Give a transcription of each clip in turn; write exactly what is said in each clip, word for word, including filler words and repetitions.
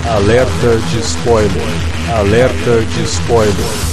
Alerta de spoiler. Alerta de spoiler.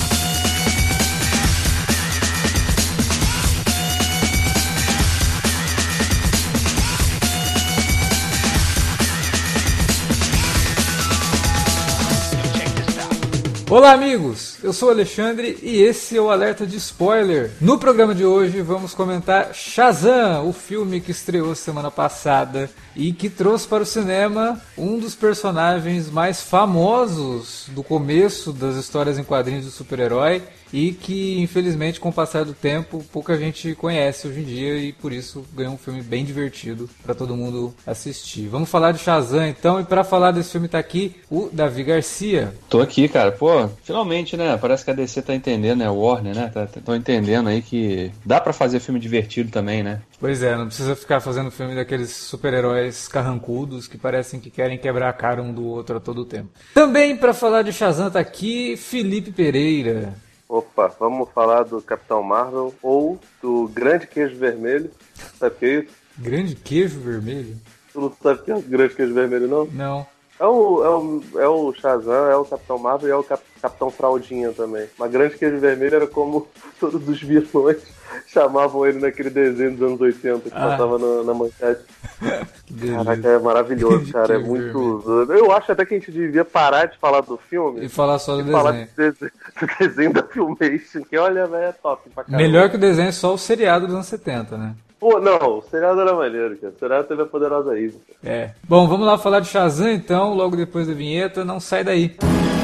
Olá amigos, eu sou o Alexandre e esse é o Alerta de Spoiler. No programa de hoje vamos comentar Shazam, o filme que estreou semana passada e que trouxe para o cinema um dos personagens mais famosos do começo das histórias em quadrinhos de super-herói e que infelizmente com o passar do tempo pouca gente conhece hoje em dia e por isso ganhou um filme bem divertido para todo mundo assistir. Vamos falar de Shazam então, e para falar desse filme tá aqui o Davi Garcia. Tô aqui, cara, pô, finalmente, né, parece que a D C tá entendendo, né, a Warner, né, tá, tô entendendo aí que dá pra fazer filme divertido também, né. Pois é, não precisa ficar fazendo filme daqueles super-heróis carrancudos que parecem que querem quebrar a cara um do outro a todo tempo. Também para falar de Shazam tá aqui Felipe Pereira. Opa, vamos falar do Capitão Marvel ou do Grande Queijo Vermelho. Sabe o que é isso? Grande Queijo Vermelho? Tu não sabe o que é o Grande Queijo Vermelho, não? Não. É o, é, o, é o Shazam, é o Capitão Marvel e é o Cap, Capitão Fraldinha também. Mas Grande Queijo Vermelho era como todos os vilões chamavam ele naquele desenho dos anos oitenta que ah. passava na, na manchete. Caraca, é maravilhoso, Grande cara. É muito. Vermelho. Eu acho até que a gente devia parar de falar do filme e falar só do e desenho. Falar do desenho, do desenho da Filmation, que olha, velho, é top pra caramba. Melhor que o desenho é só o seriado dos anos setenta, né? Pô, não, o seriado era maneiro, cara. O seriado teve a poderosa Eva. É. Bom, vamos lá falar de Shazam então, logo depois da vinheta. Não sai daí.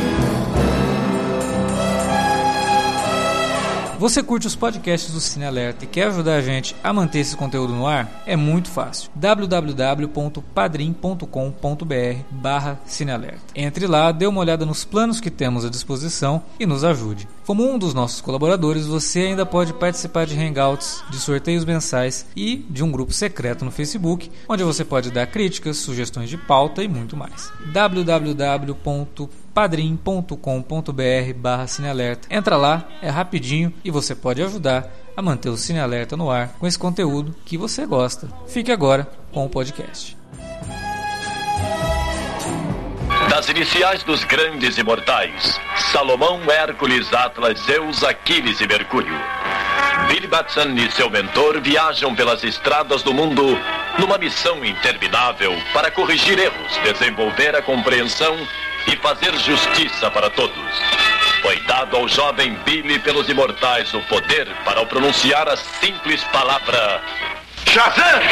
Você curte os podcasts do Cine Alerta e quer ajudar a gente a manter esse conteúdo no ar? É muito fácil. w w w ponto padrim ponto com ponto b r barra cinealerta. Entre lá, dê uma olhada nos planos que temos à disposição e nos ajude. Como um dos nossos colaboradores, você ainda pode participar de hangouts, de sorteios mensais e de um grupo secreto no Facebook, onde você pode dar críticas, sugestões de pauta e muito mais. w w w ponto padrim ponto com ponto b r barra cinealerta. Entra lá, é rapidinho e você pode ajudar a manter o Cine Alerta no ar com esse conteúdo que você gosta. Fique agora com o podcast. Das iniciais dos grandes imortais: Salomão, Hércules, Atlas, Zeus, Aquiles e Mercúrio. Billy Batson e seu mentor viajam pelas estradas do mundo numa missão interminável para corrigir erros, desenvolver a compreensão e fazer justiça para todos. Foi dado ao jovem Billy pelos imortais o poder para ao pronunciar a simples palavra Shazam!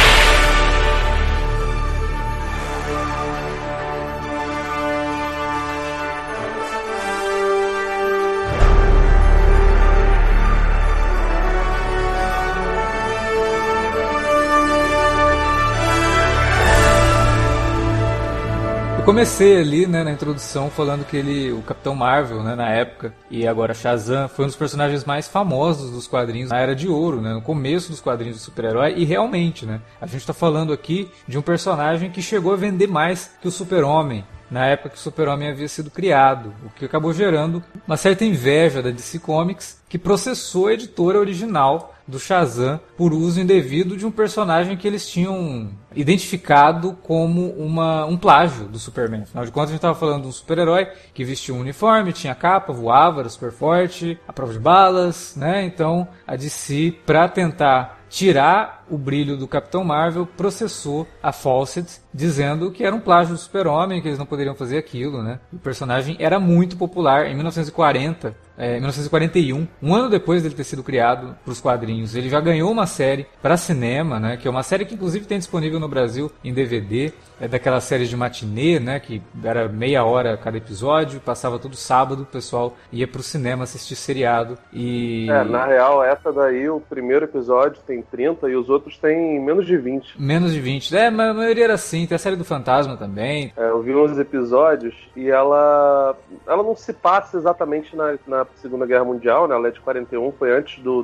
Eu comecei ali, né, na introdução falando que ele, o Capitão Marvel, né, na época, e agora Shazam, foi um dos personagens mais famosos dos quadrinhos na Era de Ouro, né, no começo dos quadrinhos de super-herói, e realmente, né, a gente está falando aqui de um personagem que chegou a vender mais que o Super-Homem, na época que o Super-Homem havia sido criado, o que acabou gerando uma certa inveja da D C Comics, que processou a editora original do Shazam por uso indevido de um personagem que eles tinham identificado como uma, um plágio do Superman. Afinal de contas, a gente estava falando de um super-herói que vestia um uniforme, tinha capa, voava, era super forte, à prova de balas, né? Então, a D C, para tentar tirar o brilho do Capitão Marvel, processou a Fawcett, dizendo que era um plágio do Super-Homem, que eles não poderiam fazer aquilo, né? O personagem era muito popular em mil novecentos e quarenta, é, mil novecentos e quarenta e um, um ano depois dele ter sido criado para os quadrinhos. Ele já ganhou uma série para cinema, né? Que é uma série que inclusive tem disponível no Brasil em D V D, é daquela série de matinê, né? Que era meia hora cada episódio, passava todo sábado, o pessoal ia para o cinema assistir seriado. E... É, na real, essa daí, o primeiro episódio tem trinta e os outros tem menos de vinte. Menos de vinte, é, mas a maioria era assim. Tem a série do Fantasma também. É, eu vi uns episódios e ela ela não se passa exatamente na, na Segunda Guerra Mundial, né? Ela é de quarenta e um, foi antes do, do,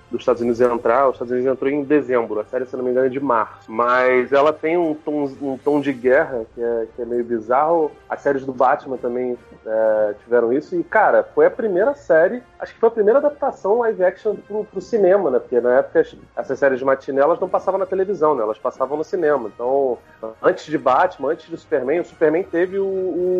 dos Estados Unidos entrar. Os Estados Unidos entrou em dezembro, a série, se não me engano, é de março. Mas ela tem um tom, um tom de guerra que é, que é meio bizarro. As séries do Batman também é, tiveram isso. E, cara, foi a primeira série, acho que foi a primeira adaptação live action pro, pro cinema, né? Porque na época essas séries de matinê, elas não passavam na televisão, né? Elas passavam no cinema. Então, antes de Batman, antes do Superman, o Superman teve o,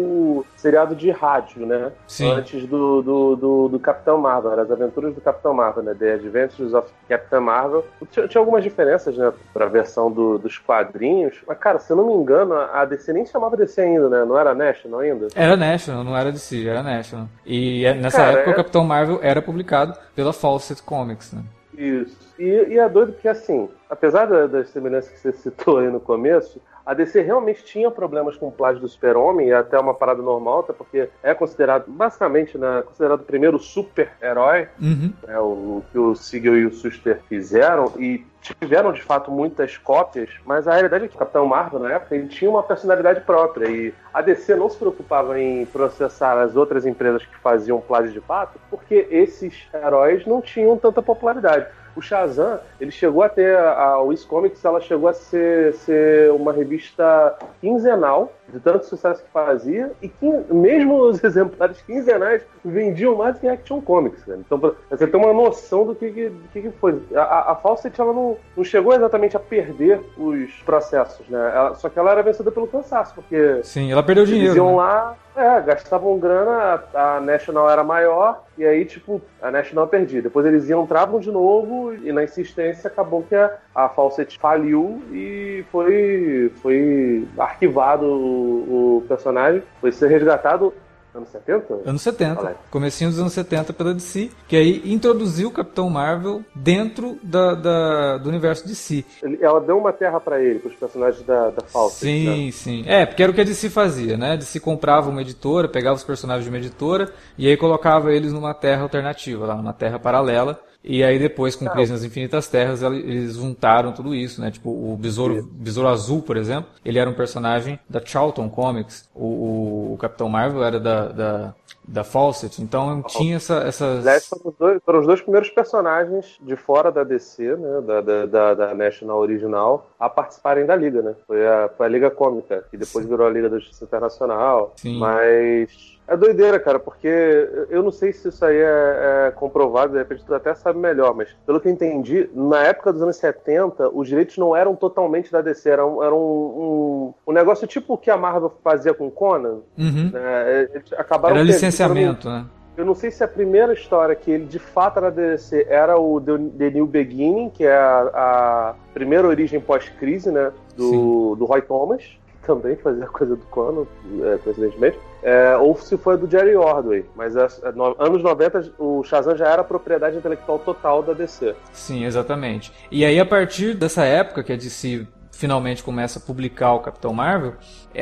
o seriado de rádio, né? Sim. Antes do, do, do, do Capitão Marvel, as aventuras do Capitão Marvel, né? The Adventures of Captain Marvel. Tinha, tinha algumas diferenças, né? Pra versão do, dos quadrinhos. Mas, cara, se eu não me engano, a D C nem chamava D C ainda, né? Não era National ainda? Era National, não era D C, era National. E nessa cara, época é... o Capitão Marvel era publicado pela Fawcett Comics, né? Isso. E, e é doido porque, assim, apesar da, das semelhanças que você citou aí no começo, a D C realmente tinha problemas com o plágio do Super-Homem, e até uma parada normal, até porque é considerado, basicamente, né, considerado o primeiro super-herói, Uhum. né, o, o que o Siegel e o Shuster fizeram, e tiveram, de fato, muitas cópias, mas a realidade é que o Capitão Marvel, na época, ele tinha uma personalidade própria, e a D C não se preocupava em processar as outras empresas que faziam plágio de fato, porque esses heróis não tinham tanta popularidade. O Shazam, ele chegou a ter, a Wiz Comics, ela chegou a ser, ser uma revista quinzenal, de tanto sucesso que fazia, e que, mesmo os exemplares quinzenais vendiam mais que Action Comics, né? Então, pra você ter uma noção do que, que, do que, que foi. A, a Fawcett, ela não, não chegou exatamente a perder os processos, né? Ela, só que ela era vencida pelo cansaço, porque... Sim, ela perdeu dinheiro. Eles iam né? lá, é, gastavam grana, a, a National era maior, e aí, tipo, a National perdia. Depois eles iam, entravam de novo, e na insistência acabou que a, a Fawcett faliu e foi, foi arquivado o, o personagem, foi ser resgatado anos setenta? Anos setenta. Alex. Comecinho dos anos setenta pela D C, que aí introduziu o Capitão Marvel dentro da, da, do universo D C. Ele, ela deu uma terra pra ele, pros personagens da, da Fawcett. Sim, né? sim. É, porque era o que a D C fazia, né? A D C comprava uma editora, pegava os personagens de uma editora e aí colocava eles numa terra alternativa, lá numa terra paralela. E aí depois, com Crise nas Infinitas Terras, eles juntaram tudo isso, né? Tipo, o Besouro, Besouro Azul, por exemplo, ele era um personagem da Charlton Comics. O, o, o Capitão Marvel era da, da, da Fawcett. Então tinha essa, essas... Aliás, foram os, dois, foram os dois primeiros personagens de fora da D C, né? Da, da, da, da National original, a participarem da Liga, né? Foi a, foi a Liga Cômica, que depois Sim. virou a Liga da Justiça Internacional. Sim. Mas... é doideira, cara, porque eu não sei se isso aí é, é comprovado, de repente tu até sabe melhor, mas pelo que eu entendi, na época dos anos setenta, os direitos não eram totalmente da D C, era um, era um, um, um negócio tipo o que a Marvel fazia com Conan. Uhum. Né? Eles acabaram era tendo, licenciamento, eu não, né? Eu não sei se a primeira história que ele de fato era da D C era o The New Beginning, que é a, a primeira origem pós-crise, né, do, do Roy Thomas, que também fazia coisa do Conan, é, coincidentemente. É, ou se foi do Jerry Ordway, mas é, é, no, anos noventa o Shazam já era propriedade intelectual total da D C. Sim, exatamente. E aí a partir dessa época que a D C finalmente começa a publicar o Capitão Marvel,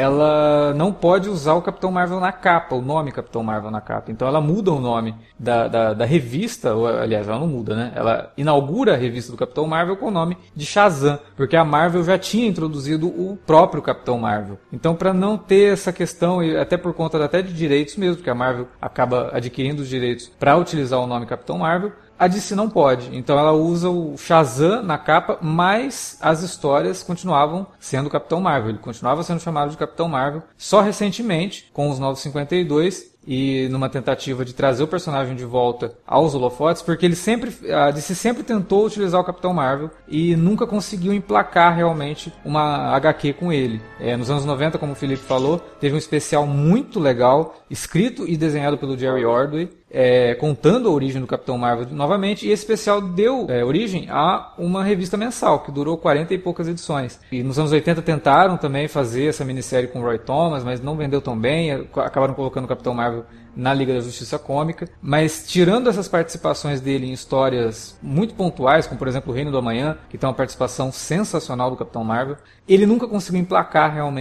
ela não pode usar o Capitão Marvel na capa, o nome Capitão Marvel na capa. Então ela muda o nome da, da, da revista, ou, aliás, ela não muda, né? Ela inaugura a revista do Capitão Marvel com o nome de Shazam, porque a Marvel já tinha introduzido o próprio Capitão Marvel. Então, para não ter essa questão, e até por conta até de direitos mesmo, porque a Marvel acaba adquirindo os direitos para utilizar o nome Capitão Marvel, a D C não pode. Então ela usa o Shazam na capa, mas as histórias continuavam sendo Capitão Marvel. Ele continuava sendo chamado de Capitão Marvel. Só recentemente, com os Novos cinquenta e dois, e numa tentativa de trazer o personagem de volta aos holofotes, porque ele sempre, a D C sempre tentou utilizar o Capitão Marvel e nunca conseguiu emplacar realmente uma H Q com ele. É, nos anos noventa, como o Felipe falou, teve um especial muito legal, escrito e desenhado pelo Jerry Ordway, É, contando a origem do Capitão Marvel novamente, e esse especial deu é, origem a uma revista mensal, que durou quarenta e poucas edições. E nos anos oitenta tentaram também fazer essa minissérie com o Roy Thomas, mas não vendeu tão bem, acabaram colocando o Capitão Marvel na Liga da Justiça Cômica, mas tirando essas participações dele em histórias muito pontuais, como por exemplo o Reino do Amanhã, que tem uma participação sensacional do Capitão Marvel, ele nunca conseguiu emplacar realmente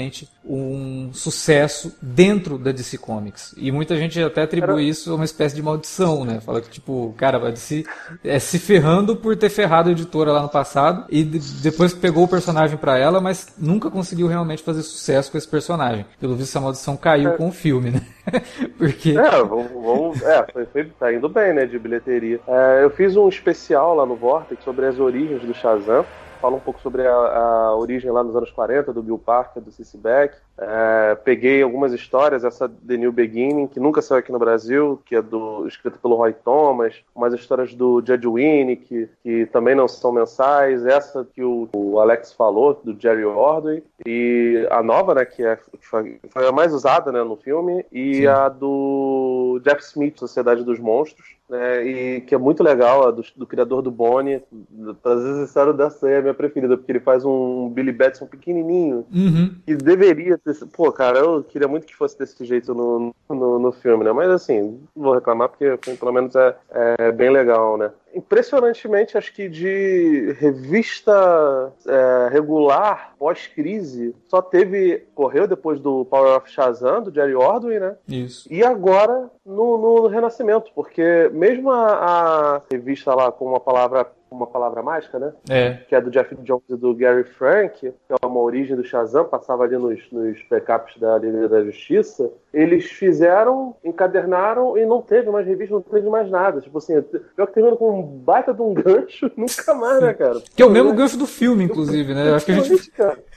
um sucesso dentro da D C Comics. E muita gente até atribui isso a uma espécie de maldição, né? Fala que, tipo, cara, a D C é se ferrando por ter ferrado a editora lá no passado e depois pegou o personagem pra ela, mas nunca conseguiu realmente fazer sucesso com esse personagem. Pelo visto, essa maldição caiu é. com o filme, né? Porque... É, vamos, vamos, é foi, foi, tá indo bem, né, de bilheteria. É, eu fiz um especial lá no Vortex sobre as origens do Shazam. Fala um pouco sobre a, a origem lá nos anos quarenta do Bill Parker, do C C Beck. É, peguei algumas histórias, essa The New Beginning, que nunca saiu aqui no Brasil, que é do, escrita pelo Roy Thomas, umas histórias do Judge Winnick, que, que também não são mensais, essa que o, o Alex falou, do Jerry Ordway, e a nova, né, que, é, que foi, foi a mais usada, né, no filme, e Sim. a do Jeff Smith, Sociedade dos Monstros, né, e que é muito legal, a do, do criador do Bonnie. Às vezes a história dessa aí é a minha preferida, porque ele faz um Billy Batson pequenininho, uhum. que deveria ter... Pô, cara, eu queria muito que fosse desse jeito no, no, no filme, né, mas assim, não vou reclamar, porque pelo menos é, é bem legal, né. Impressionantemente, acho que de revista é, regular, pós-crise, só teve, correu depois do Power of Shazam, do Jerry Ordway, né? Isso. E agora no, no Renascimento, porque mesmo a, a revista lá com uma palavra uma palavra mágica, né? É. Que é do Jeff Jones e do Gary Frank, que é uma origem do Shazam, passava ali nos, nos backups da Liga da Justiça. Eles fizeram, encadernaram e não teve mais revista, não teve mais nada. Tipo assim, pior que termina com um baita de um gancho, nunca mais, né, cara? Que é o mesmo gancho do filme, inclusive, né? Eu acho que a gente,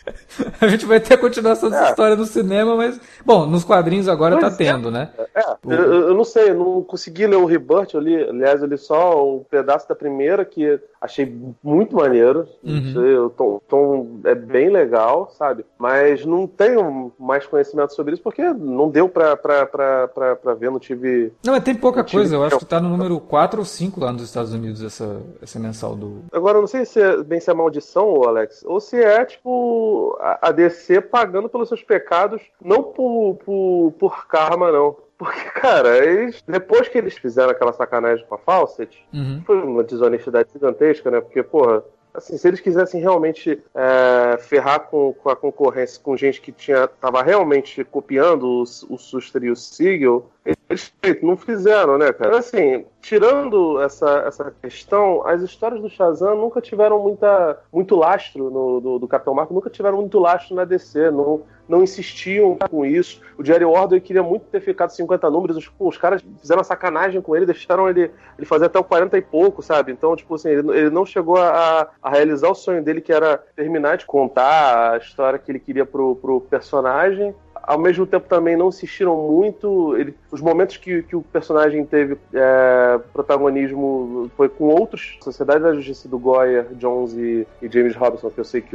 a gente vai ter a continuação dessa é. história no cinema, mas... Bom, nos quadrinhos agora mas tá é. tendo, né? É, o... eu, eu não sei, eu não consegui ler o Rebirth, eu li, aliás, eu li só um pedaço da primeira, que achei muito maneiro. Uhum. O tom, tom é bem legal, sabe? Mas não tenho mais conhecimento sobre isso, porque não deu pra, pra, pra, pra, pra ver, não tive... Não, mas tem pouca coisa, eu acho que tá no número quatro ou cinco lá nos Estados Unidos, essa, essa mensal do... Agora, eu não sei se é bem se é maldição, Alex, ou se é, tipo, a D C pagando pelos seus pecados, não por, por, por karma, não. Porque, cara, eles, depois que eles fizeram aquela sacanagem com a Fawcett, uhum. foi uma desonestidade gigantesca, né? Porque, porra, assim, se eles quisessem realmente é, ferrar com, com a concorrência, com gente que tinha, tava realmente copiando o, o Suster e o Siegel, eles não fizeram, né, cara? Assim, tirando essa, essa questão, as histórias do Shazam nunca tiveram muita, muito lastro no, do, do Capitão Marvel, nunca tiveram muito lastro na D C, não, não insistiam com isso. O Jerry Ordway queria muito ter ficado cinquenta números, os, pô, os caras fizeram uma sacanagem com ele, deixaram ele, ele fazer até o quarenta e pouco, sabe? Então, tipo assim, ele, ele não chegou a, a realizar o sonho dele, que era terminar de contar a história que ele queria pro, pro personagem. Ao mesmo tempo também não insistiram muito, ele, os momentos que, que o personagem teve é, protagonismo foi com outros, Sociedade da Justiça do Goyer, Jones e, e James Robinson, que eu sei que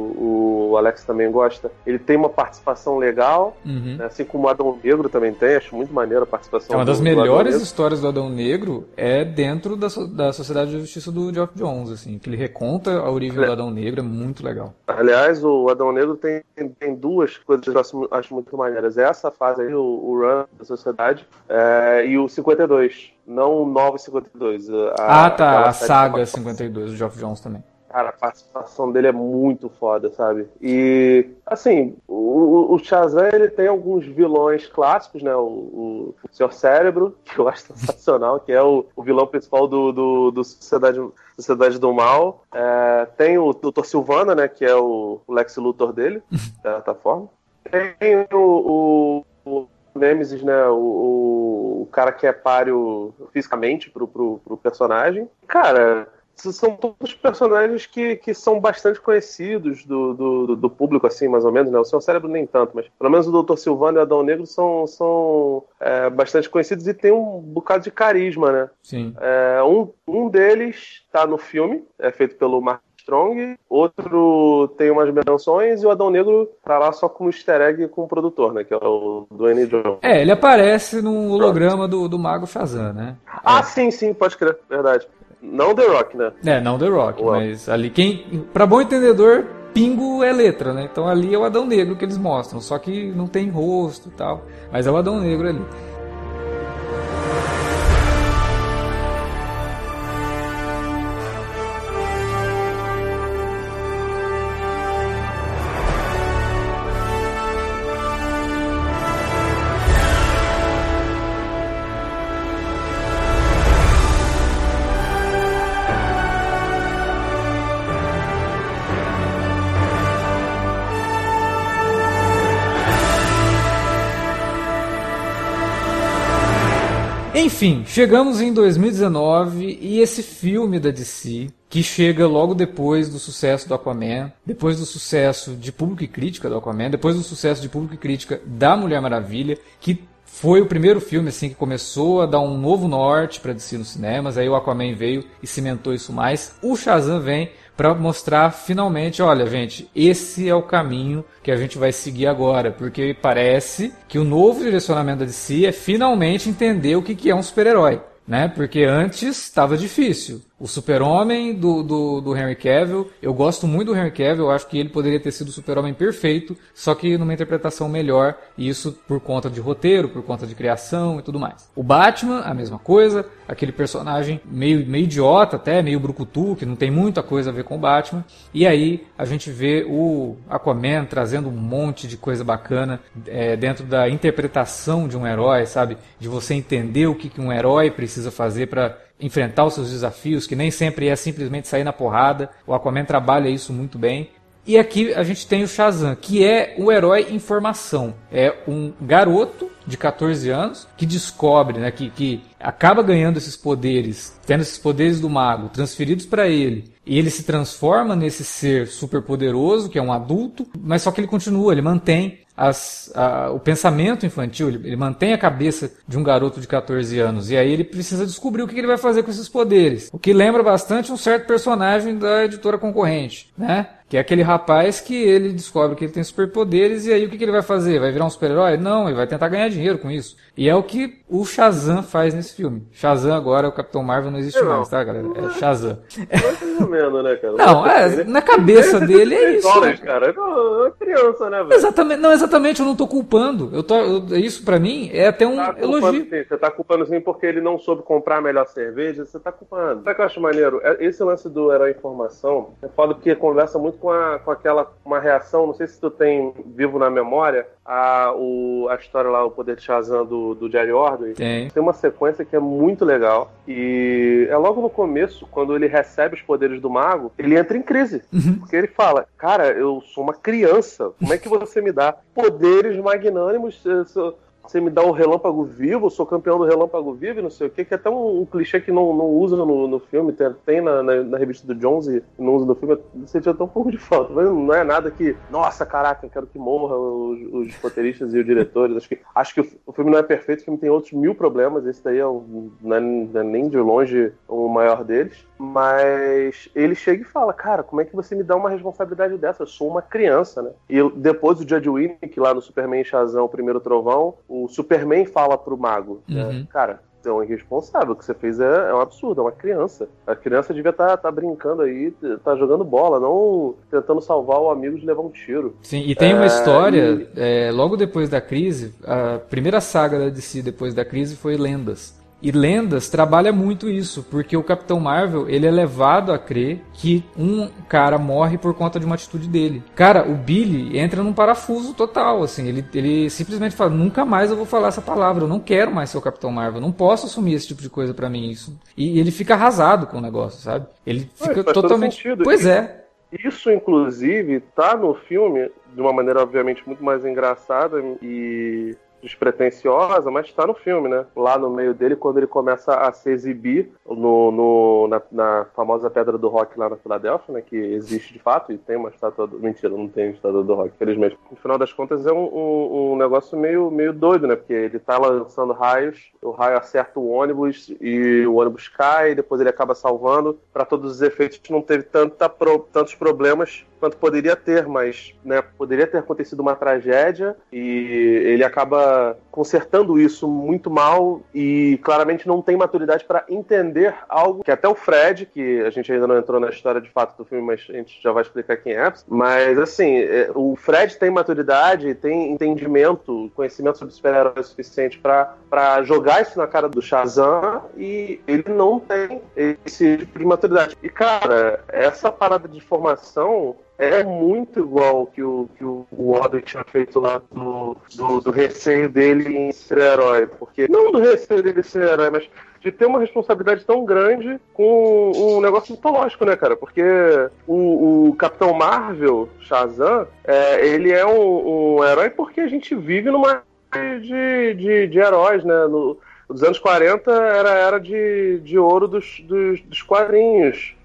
o, o Alex também gosta. Ele tem uma participação legal, uhum. né, assim como o Adão Negro também tem, acho muito maneiro a participação. É uma das do, melhores do histórias do Adão Negro é dentro da, da Sociedade da Justiça do Geoff Jones, assim, que ele reconta a origem é. do Adão Negro, é muito legal. Aliás, o Adão Negro tem, tem duas coisas que eu acho, acho muito maneiras. Essa fase aí, o, o Run da Sociedade, é, e o cinquenta e dois, não o Novo cinquenta e dois. A, ah, tá, a saga cinquenta e dois, do Geoff Jones também. Cara, a participação dele é muito foda, sabe? E, assim, o, o Shazam, ele tem alguns vilões clássicos, né? O, o, o Senhor Cérebro, que eu acho sensacional, que é o, o vilão principal do, do, do Sociedade, Sociedade do Mal. É, tem o doutor Sylvana, né? Que é o, o Lex Luthor dele, de certa forma. Tem o, o, o Nemesis, né? O, o cara que é páreo fisicamente pro, pro, pro personagem. Cara, são todos personagens que, que são bastante conhecidos do, do, do público, assim, mais ou menos, né? O Seu Cérebro nem tanto, mas pelo menos o doutor Sylvano e o Adão Negro são, são é, bastante conhecidos e tem um bocado de carisma, né? Sim. É, um, um deles tá no filme, é feito pelo Mark Strong, outro tem umas menções e o Adão Negro tá lá só como easter egg com o produtor, né? Que é o Dwayne Johnson. É, ele aparece no holograma do, do Mago Shazam, né? Ah, é. sim, sim, pode crer, verdade. Não The Rock, né? É, não The Rock, Uau. Mas ali quem... Pra bom entendedor, pingo é letra, né? Então ali é o Adão Negro que eles mostram, só que não tem rosto e tal, mas é o Adão Negro ali. Enfim, chegamos em dois mil e dezenove e esse filme da D C, que chega logo depois do sucesso do Aquaman, depois do sucesso de público e crítica do Aquaman, depois do sucesso de público e crítica da Mulher Maravilha, que foi o primeiro filme assim que começou a dar um novo norte para D C nos cinemas. Aí o Aquaman veio e cimentou isso mais. O Shazam vem para mostrar finalmente, olha gente, esse é o caminho que a gente vai seguir agora, porque parece que o novo direcionamento da D C é finalmente entender o que é um super-herói, né? Porque antes estava difícil. O Super-Homem do, do, do Henry Cavill, eu gosto muito do Henry Cavill, eu acho que ele poderia ter sido o Super-Homem perfeito, só que numa interpretação melhor, e isso por conta de roteiro, por conta de criação e tudo mais. O Batman, a mesma coisa, aquele personagem meio, meio idiota até, meio brucutu, que não tem muita coisa a ver com o Batman, e aí a gente vê o Aquaman trazendo um monte de coisa bacana é, dentro da interpretação de um herói, sabe? De você entender o que, que um herói precisa fazer para enfrentar os seus desafios, que nem sempre é simplesmente sair na porrada. O Aquaman trabalha isso muito bem. E aqui a gente tem o Shazam, que é o herói em formação. É um garoto de catorze anos que descobre, né, que, que acaba ganhando esses poderes, tendo esses poderes do mago transferidos para ele. E ele se transforma nesse ser super poderoso, que é um adulto, mas só que ele continua, ele mantém as, a, o pensamento infantil, ele, ele mantém a cabeça de um garoto de catorze anos. E aí ele precisa descobrir o que ele vai fazer com esses poderes. O que lembra bastante um certo personagem da editora concorrente, né? Que é aquele rapaz que ele descobre que ele tem superpoderes, e aí o que ele vai fazer? Vai virar um super-herói? Não, ele vai tentar ganhar dinheiro com isso. E é o que o Shazam faz nesse filme. Shazam agora, o Capitão Marvel não existe não. mais, tá, galera? É Shazam. Mais ou menos, né, cara? Não, é, na cabeça dele é isso. Dólares, cara. É uma criança, né, velho? Exatamente, não, exatamente, eu não tô culpando. Eu tô, eu, isso pra mim é até um tá elogio. Sim, você tá culpando sim porque ele não soube comprar a melhor cerveja, você tá culpando. Sabe o que eu acho maneiro? Esse lance do herói em formação é foda porque conversa muito com, a, com aquela uma reação, não sei se tu tem vivo na memória, a, o, a história lá, o Poder de Shazam do, do Jerry Ordway. Tem. Tem uma sequência que é muito legal e é logo no começo, quando ele recebe os poderes do mago, ele entra em crise. Uhum. Porque ele fala, cara, eu sou uma criança, como é que você me dá poderes magnânimos? Você me dá o relâmpago vivo, eu sou campeão do relâmpago vivo e não sei o que, que é até um, um clichê que não, não usa no, no filme, tem, tem na, na, na revista do Jones e não usa no filme, eu senti até um pouco de falta, mas não é nada que, nossa, caraca, eu quero que morra os, os roteiristas e os diretores, acho que, acho que o, o filme não é perfeito, o filme tem outros mil problemas, esse daí é um, não, é, não é nem de longe o maior deles, mas ele chega e fala, cara, como é que você me dá uma responsabilidade dessa? Eu sou uma criança, né? E depois o Judge Winnick, lá no Superman e Shazam, o Primeiro Trovão, o Superman fala pro mago, uhum. né? Cara, você é um irresponsável, o que você fez é, é um absurdo, é uma criança. A criança devia estar tá, tá brincando aí, tá jogando bola, não tentando salvar o amigo de levar um tiro. Sim, e tem uma é, história, e... é, logo depois da crise, a primeira saga da D C depois da crise foi Lendas. E Lendas trabalha muito isso, porque o Capitão Marvel, ele é levado a crer que um cara morre por conta de uma atitude dele. Cara, o Billy entra num parafuso total, assim, ele, ele simplesmente fala, nunca mais eu vou falar essa palavra, eu não quero mais ser o Capitão Marvel, eu não posso assumir esse tipo de coisa pra mim, isso. E ele fica arrasado com o negócio, sabe? Ele fica Faz totalmente... todo sentido. Pois é. Isso, inclusive, tá no filme de uma maneira, obviamente, muito mais engraçada e despretensiosa, mas tá no filme, né? Lá no meio dele, quando ele começa a se exibir no, no, na, na famosa Pedra do Rock lá na Filadélfia, né? Que existe de fato, e tem uma estátua do... Mentira, não tem estátua do Rock, felizmente. No final das contas, é um, um, um negócio meio, meio doido, né? Porque ele tá lançando raios, o raio acerta o ônibus e o ônibus cai, e depois ele acaba salvando. Para todos os efeitos, não teve tanta pro, tantos problemas quanto poderia ter, mas, né, poderia ter acontecido uma tragédia e ele acaba consertando isso muito mal e claramente não tem maturidade para entender algo que até o Fred, que a gente ainda não entrou na história de fato do filme, mas a gente já vai explicar quem é, mas assim, o Fred tem maturidade, tem entendimento, conhecimento sobre super-heróis suficiente para jogar isso na cara do Shazam e ele não tem esse tipo de maturidade. E cara, essa parada de formação é muito igual que o que o Oda tinha feito lá do, do, do receio dele em ser herói. Porque, não do receio dele ser herói, mas de ter uma responsabilidade tão grande com um negócio mitológico, né, cara? Porque o, o Capitão Marvel, Shazam, é, ele é um, um herói porque a gente vive numa de, de, de heróis, né? No, Os anos quarenta era a era de, de ouro dos, dos, dos quadrinhos,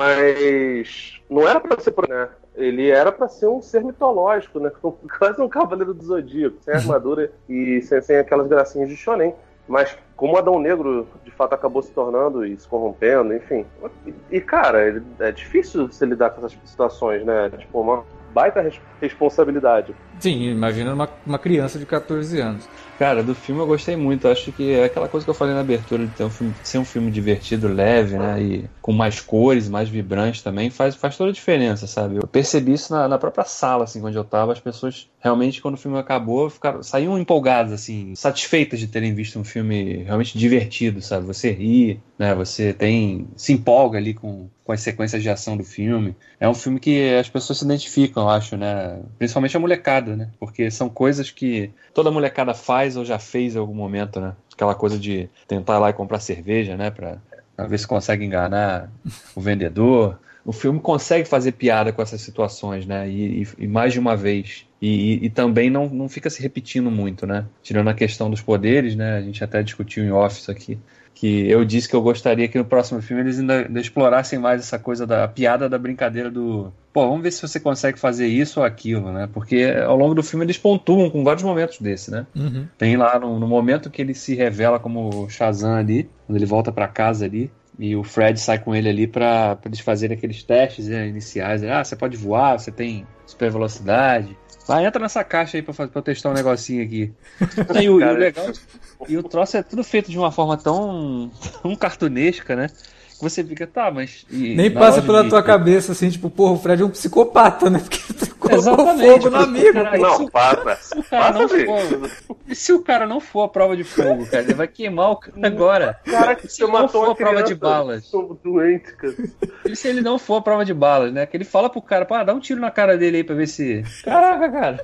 mas não era pra ser, né? Ele era pra ser um ser mitológico, né? Quase um cavaleiro do Zodíaco, sem armadura e sem, sem aquelas gracinhas de shonen. Mas como o Adão Negro, de fato, acabou se tornando e se corrompendo, enfim. E, e cara, ele, é difícil se lidar com essas situações, né? Tipo, uma baita res- responsabilidade. Sim, imagina uma, uma criança de catorze anos. Cara, do filme eu gostei muito. Acho que é aquela coisa que eu falei na abertura de ter um filme, ser um filme divertido, leve, né? E com mais cores, mais vibrante também, faz, faz toda a diferença, sabe? Eu percebi isso na, na própria sala, assim, onde eu tava. As pessoas realmente, quando o filme acabou, ficaram, saíam empolgadas, assim, satisfeitas de terem visto um filme realmente divertido, sabe? Você ri, né? Você tem, se empolga ali com, com as sequências de ação do filme. É um filme que as pessoas se identificam, eu acho, né? Principalmente a molecada, né? Porque são coisas que toda molecada faz ou já fez em algum momento, né? Aquela coisa de tentar ir lá e comprar cerveja, né? Pra, pra ver se consegue enganar o vendedor. O filme consegue fazer piada com essas situações, né? E, e, e mais de uma vez. E, e, e também não, não fica se repetindo muito, né? Tirando a questão dos poderes, né? A gente até discutiu em off aqui. Que eu disse que eu gostaria que no próximo filme eles ainda, ainda explorassem mais essa coisa da piada da brincadeira do... Pô, vamos ver se você consegue fazer isso ou aquilo, né? Porque ao longo do filme eles pontuam com vários momentos desse, né? Uhum. Tem lá no, no momento que ele se revela como Shazam ali, quando ele volta pra casa ali, e o Fred sai com ele ali pra, pra eles fazerem aqueles testes, né, iniciais. Ah, você pode voar, você tem super velocidade. Vai, entra nessa caixa aí pra, pra eu testar um negocinho aqui. E o, e o legal... E o troço é tudo feito de uma forma tão, tão cartunesca, né? Que você fica, tá, mas... E, nem passa pela de... tua cabeça, assim, tipo, porra, o Fred é um psicopata, né? Porque tu colocou fogo no amigo. Cara, não, passa. Se o cara não for, se o cara não for a prova de fogo, cara, ele vai queimar o cara agora. Cara, que se não for a prova de balas. Sou doente, cara. E se ele não for a prova de balas, né? Que ele fala pro cara, pá, dá um tiro na cara dele aí pra ver se... Caraca, cara.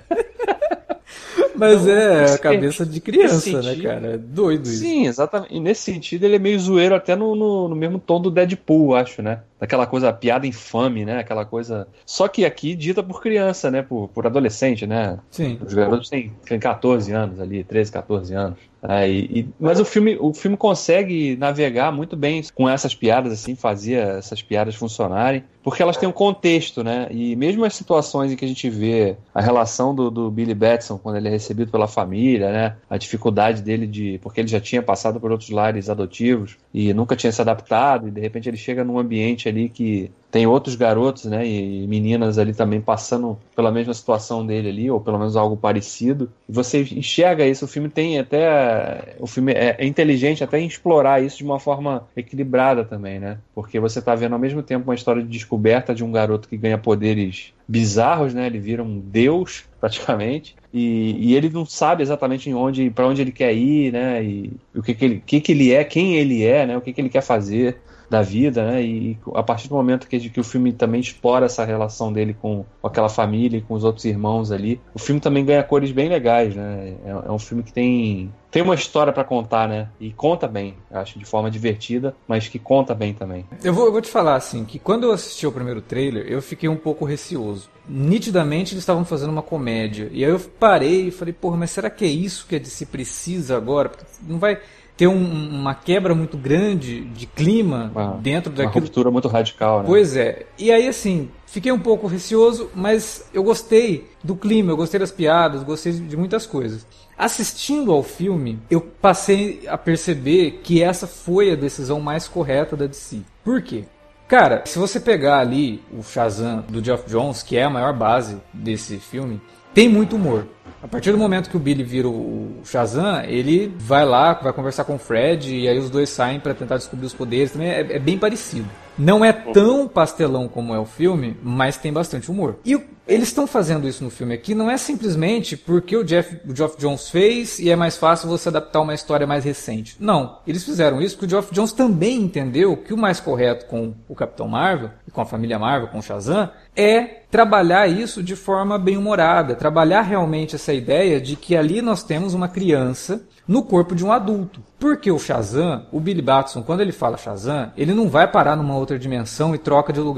Mas então, é a cabeça de criança, sentido, né, cara? É doido isso. Sim, exatamente. E nesse sentido ele é meio zoeiro até no, no, no mesmo tom do Deadpool, acho, né? Daquela coisa, piada infame, né? Aquela coisa... Só que aqui dita por criança, né? Por, por adolescente, né? Sim. Os garotos têm, têm catorze anos ali, treze, catorze anos. É, e, e, mas o filme, o filme consegue navegar muito bem com essas piadas, assim, fazia essas piadas funcionarem, porque elas têm um contexto, né? E mesmo as situações em que a gente vê a relação do, do Billy Batson quando ele é recebido pela família, né? A dificuldade dele de... Porque ele já tinha passado por outros lares adotivos e nunca tinha se adaptado, e de repente ele chega num ambiente ali que tem outros garotos, né, e meninas ali também passando pela mesma situação dele ali, ou pelo menos algo parecido. E você enxerga isso, o filme tem até... O filme é, é inteligente até em explorar isso de uma forma equilibrada também, né? Porque você tá vendo ao mesmo tempo uma história de descoberta de um garoto que ganha poderes bizarros, né? Ele vira um deus, praticamente. E, e ele não sabe exatamente onde, para onde ele quer ir, né? E, e o que, que, ele, que, que ele é, quem ele é, né? O que, que ele quer fazer da vida, né? E a partir do momento que, que o filme também explora essa relação dele com, com aquela família e com os outros irmãos ali, o filme também ganha cores bem legais, né? É, é um filme que tem, tem uma história pra contar, né? E conta bem, acho, de forma divertida, mas que conta bem também. Eu vou, eu vou te falar, assim, que quando eu assisti o primeiro trailer, eu fiquei um pouco receoso. Nitidamente eles estavam fazendo uma comédia. E aí eu parei e falei, porra, mas será que é isso que a D C precisa agora? Porque não vai... ter um, uma quebra muito grande de clima uma, dentro daquilo. Uma ruptura muito radical, né? Pois é. E aí, assim, fiquei um pouco receoso, mas eu gostei do clima, eu gostei das piadas, gostei de muitas coisas. Assistindo ao filme, eu passei a perceber que essa foi a decisão mais correta da D C. Por quê? Cara, se você pegar ali o Shazam do Geoff Johns, que é a maior base desse filme, tem muito humor. A partir do momento que o Billy vira o Shazam, ele vai lá, vai conversar com o Fred, e aí os dois saem pra tentar descobrir os poderes. Também é, é bem parecido. Não é tão pastelão como é o filme, mas tem bastante humor. E o, eles estão fazendo isso no filme aqui, não é simplesmente porque o Jeff, o Geoff Johns fez e é mais fácil você adaptar uma história mais recente. Não, eles fizeram isso porque o Geoff Johns também entendeu que o mais correto com o Capitão Marvel, e com a família Marvel, com o Shazam, é trabalhar isso de forma bem humorada, trabalhar realmente essa ideia de que ali nós temos uma criança no corpo de um adulto. Porque o Shazam, o Billy Batson, quando ele fala Shazam, ele não vai parar numa outra dimensão e troca de lugar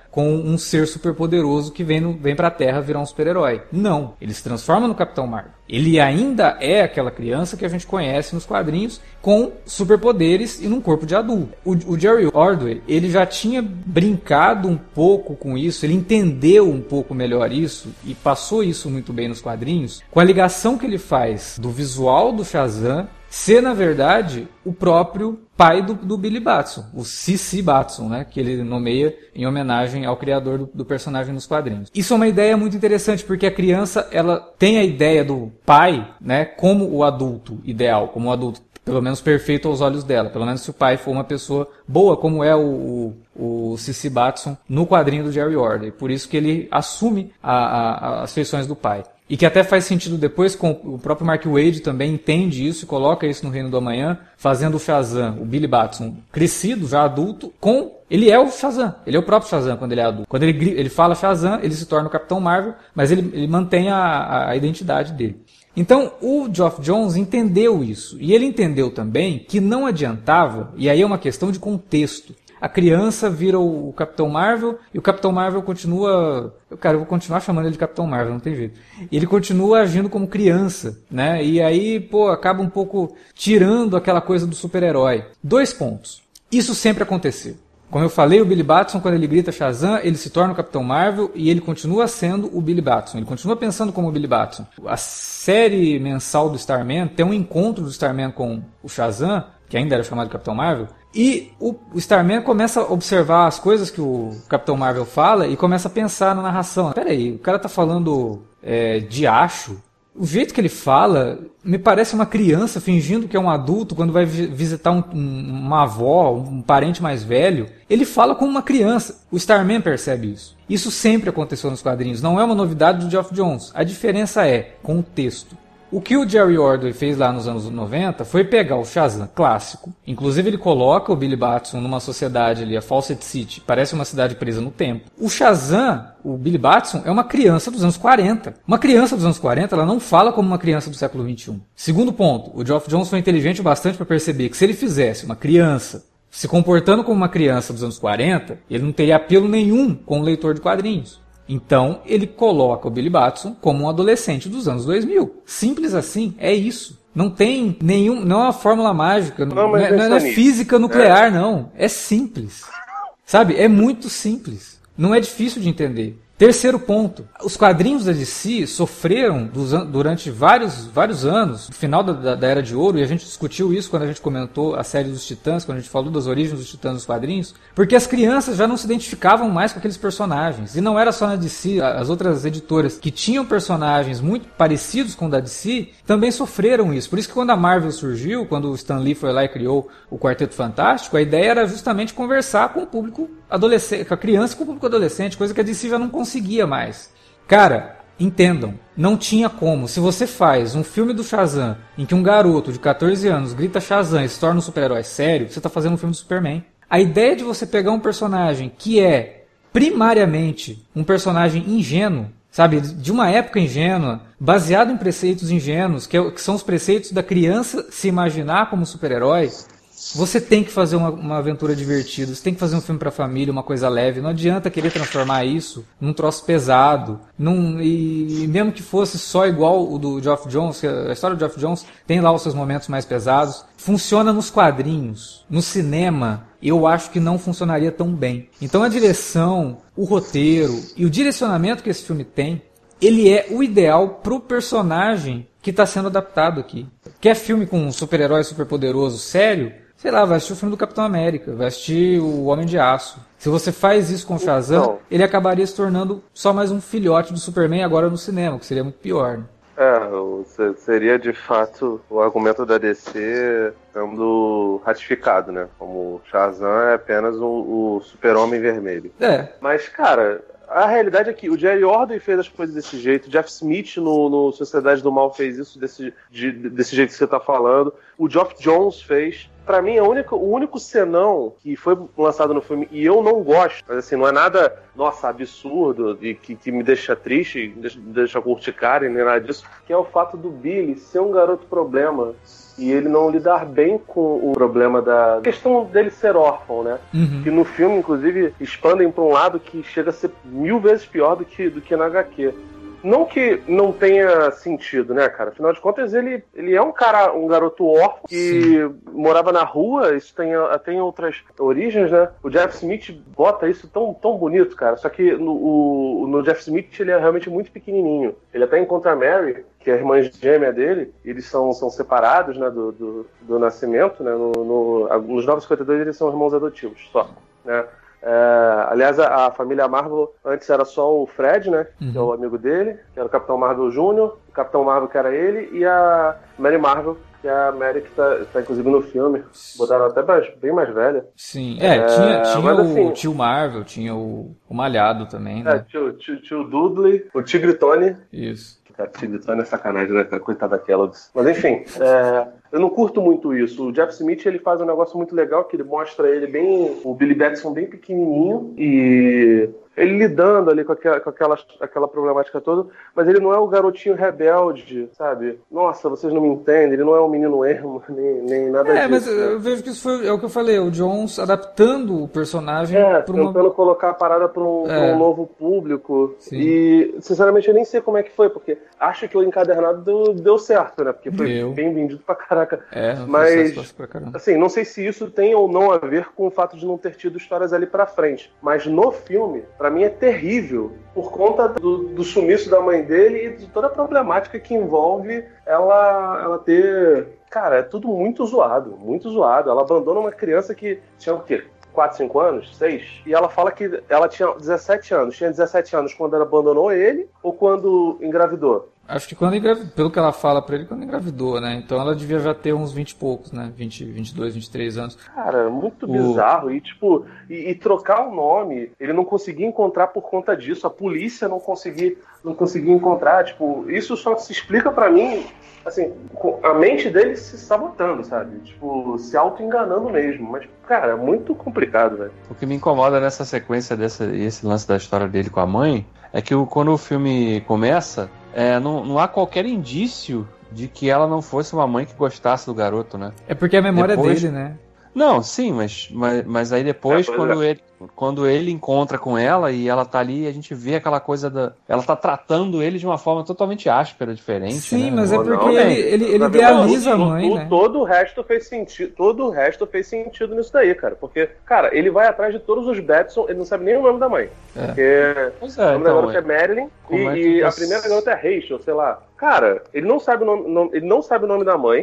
com um ser superpoderoso que vem, no, vem pra Terra virar um super-herói. Não, ele se transforma no Capitão Marvel. Ele ainda é aquela criança que a gente conhece nos quadrinhos com superpoderes e num corpo de adulto. O, o Jerry Ordway, ele já tinha brincado um pouco com isso, ele entendeu um pouco melhor isso e passou isso muito bem nos quadrinhos, com a ligação que ele faz do visual do Shazam ser, na verdade, o próprio pai do, do Billy Batson, o C C Batson, né, que ele nomeia em homenagem ao criador do, do personagem nos quadrinhos. Isso é uma ideia muito interessante, porque a criança ela tem a ideia do pai, né, como o adulto ideal, como o adulto pelo menos perfeito aos olhos dela, pelo menos se o pai for uma pessoa boa, como é o, o, o C C Batson no quadrinho do Jerry Ordway. Por isso que ele assume a, a, as feições do pai. E que até faz sentido depois, com o próprio Mark Waid também entende isso e coloca isso no Reino do Amanhã, fazendo o Shazam, o Billy Batson, crescido, já adulto, com... Ele é o Shazam, ele é o próprio Shazam quando ele é adulto. Quando ele, ele fala Shazam, ele se torna o Capitão Marvel, mas ele, ele mantém a, a identidade dele. Então, o Geoff Johns entendeu isso. E ele entendeu também que não adiantava, e aí é uma questão de contexto. A criança vira o Capitão Marvel e o Capitão Marvel continua... Cara, eu vou continuar chamando ele de Capitão Marvel, não tem jeito. E ele continua agindo como criança, né? E aí, pô, acaba um pouco tirando aquela coisa do super-herói. Dois pontos. Isso sempre aconteceu. Como eu falei, o Billy Batson, quando ele grita Shazam, ele se torna o Capitão Marvel e ele continua sendo o Billy Batson. Ele continua pensando como o Billy Batson. A série mensal do Starman tem um encontro do Starman com o Shazam, que ainda era chamado de Capitão Marvel, e o Starman começa a observar as coisas que o Capitão Marvel fala e começa a pensar na narração. Peraí, o cara tá falando é, de acho. O jeito que ele fala me parece uma criança fingindo que é um adulto quando vai visitar um, um, uma avó, um parente mais velho. Ele fala como uma criança. O Starman percebe isso. Isso sempre aconteceu nos quadrinhos. Não é uma novidade do Geoff Johns. A diferença é contexto. O que o Jerry Ordway fez lá nos anos noventa foi pegar o Shazam clássico. Inclusive ele coloca o Billy Batson numa sociedade ali, a Fawcett City. Parece uma cidade presa no tempo. O Shazam, o Billy Batson, é uma criança dos anos quarenta. Uma criança dos anos quarenta, ela não fala como uma criança do século vinte e um. Segundo ponto, o Geoff Johns foi inteligente o bastante para perceber que se ele fizesse uma criança se comportando como uma criança dos anos quarenta, ele não teria apelo nenhum com o leitor de quadrinhos. Então, ele coloca o Billy Batson como um adolescente dos anos dois mil. Simples assim, é isso. Não tem nenhum... Não é uma fórmula mágica, não, não, é, não é física nuclear, é. não. É simples. Sabe? É muito simples. Não é difícil de entender. Terceiro ponto, os quadrinhos da D C sofreram dos, durante vários, vários anos, no final da, da Era de Ouro, e a gente discutiu isso quando a gente comentou a série dos Titãs, quando a gente falou das origens dos Titãs nos quadrinhos, porque as crianças já não se identificavam mais com aqueles personagens. E não era só na D C, as outras editoras que tinham personagens muito parecidos com o da D C, também sofreram isso. Por isso que quando a Marvel surgiu, quando o Stan Lee foi lá e criou o Quarteto Fantástico, a ideia era justamente conversar com o público adolescente, com a criança e com o público adolescente, coisa que a D C já não conseguia. conseguia mais. Cara, entendam, não tinha como. Se você faz um filme do Shazam em que um garoto de catorze anos grita Shazam e se torna um super-herói sério, você está fazendo um filme do Superman. A ideia de você pegar um personagem que é primariamente um personagem ingênuo, sabe, de uma época ingênua, baseado em preceitos ingênuos, que, é, que são os preceitos da criança se imaginar como super-herói, você tem que fazer uma, uma aventura divertida, você tem que fazer um filme pra família, uma coisa leve. Não adianta querer transformar isso num troço pesado. Num, e, e mesmo que fosse só igual o do Geoff Johns, a história do Geoff Johns tem lá os seus momentos mais pesados. Funciona nos quadrinhos. No cinema, eu acho que não funcionaria tão bem. Então a direção, o roteiro e o direcionamento que esse filme tem, ele é o ideal pro personagem que está sendo adaptado aqui. Quer filme com um super-herói superpoderoso sério? Sei lá, vai assistir o filme do Capitão América, vai assistir o Homem de Aço. Se você faz isso com o Shazam, então, ele acabaria se tornando só mais um filhote do Superman agora no cinema, que seria muito pior, né? É, seria de fato o argumento da D C sendo ratificado, né? Como o Shazam é apenas o, o super-homem vermelho. É. Mas, cara, a realidade é que o Jerry Ordway fez as coisas desse jeito, o Jeff Smith no, no Sociedade do Mal fez isso desse, de, desse jeito que você tá falando, o Geoff Johns fez. pra mim, a única, o único senão que foi lançado no filme e eu não gosto, mas assim, não é nada, nossa, absurdo e que, que me deixa triste, me deixa, me deixa urticária, nem nada disso, que é o fato do Billy ser um garoto problema. E ele não lidar bem com o problema da questão dele ser órfão, né? Uhum. Que no filme, inclusive, expandem para um lado que chega a ser mil vezes pior do que, do que na agá quê. Não que não tenha sentido, né, cara? Afinal de contas, ele, ele é um cara, um garoto órfão que Sim. morava na rua, isso tem, tem outras origens, né? O Jeff Smith bota isso tão, tão bonito, cara. Só que no, o, no Jeff Smith ele é realmente muito pequenininho. Ele até encontra a Mary, que é a irmã gêmea dele, eles são, são separados, né, do, do, do nascimento, né? No, no, nos novos cinquenta e dois eles são irmãos adotivos, só, né? É, aliás, a, a família Marvel antes era só o Fred, né? Uhum. Que é o amigo dele, que era o Capitão Marvel Júnior, o Capitão Marvel que era ele, e a Mary Marvel, que é a Mary que tá, tá inclusive no filme. Botaram até mais, bem mais velha. Sim, é, é tinha, tinha mas, o assim, tio Marvel, tinha o, o Malhado também, né? É, tio, tio, tio Dudley, o Tigre Tony. Isso. Cara, Tigre Tony é sacanagem, né? Coitada da Kellogg's. Mas enfim, é, eu não curto muito isso. O Jeff Smith, ele faz um negócio muito legal, que ele mostra ele bem, o Billy Batson bem pequenininho e ele lidando ali com aquela, com aquela, aquela problemática toda, mas ele não é o garotinho rebelde, sabe? Nossa, vocês não me entendem, ele não é um menino emo, nem, nem nada é, disso. É, mas né? eu vejo que isso foi, é o que eu falei, o Jones adaptando o personagem é, para uma... tentando colocar a parada para um, é. um novo público. Sim. E, sinceramente, eu nem sei como é que foi, porque acho que o encadernado deu, deu certo, né? Porque foi deu. bem vendido pra caraca. É, mas, pra caramba. Assim, não sei se isso tem ou não a ver com o fato de não ter tido histórias ali pra frente, mas no filme, pra mim é terrível, por conta do, do sumiço da mãe dele e de toda a problemática que envolve ela, ela ter... Cara, é tudo muito zoado, muito zoado. Ela abandona uma criança que tinha o quê? quatro, cinco anos? seis? E ela fala que ela tinha dezessete anos. Tinha dezessete anos quando ela abandonou ele ou quando engravidou? Acho que quando engravidou, pelo que ela fala pra ele, quando engravidou, né? Então ela devia já ter uns vinte e poucos, né? vinte, vinte e dois, vinte e três anos. Cara, muito o... bizarro. E, tipo, e, e trocar o nome, ele não conseguia encontrar por conta disso. A polícia não conseguia, não conseguia encontrar. Tipo, isso só se explica pra mim, assim, a mente dele se sabotando, sabe? Tipo, se auto-enganando mesmo. Mas, cara, é muito complicado, velho. O que me incomoda nessa sequência, dessa, esse lance da história dele com a mãe, é que o, quando o filme começa... É, não, não há qualquer indício de que ela não fosse uma mãe que gostasse do garoto, né? É porque a memória depois... dele, né? Não, sim, mas, mas, mas aí depois, é, quando, é. ele, quando ele encontra com ela e ela tá ali, a gente vê aquela coisa da... Ela tá tratando ele de uma forma totalmente áspera, diferente, sim, né? mas é porque não, ele, ele, ele idealiza a mãe, tudo, né? Todo o resto fez sentido, todo o resto fez sentido nisso daí, cara. Porque, cara, ele vai atrás de todos os Batson, ele não sabe nem o nome da mãe. É. Porque pois é, o nome então, da garota é Marilyn e, é e a primeira garota é Rachel, sei lá. Cara, ele não sabe o nome, nome, ele não sabe o nome da mãe,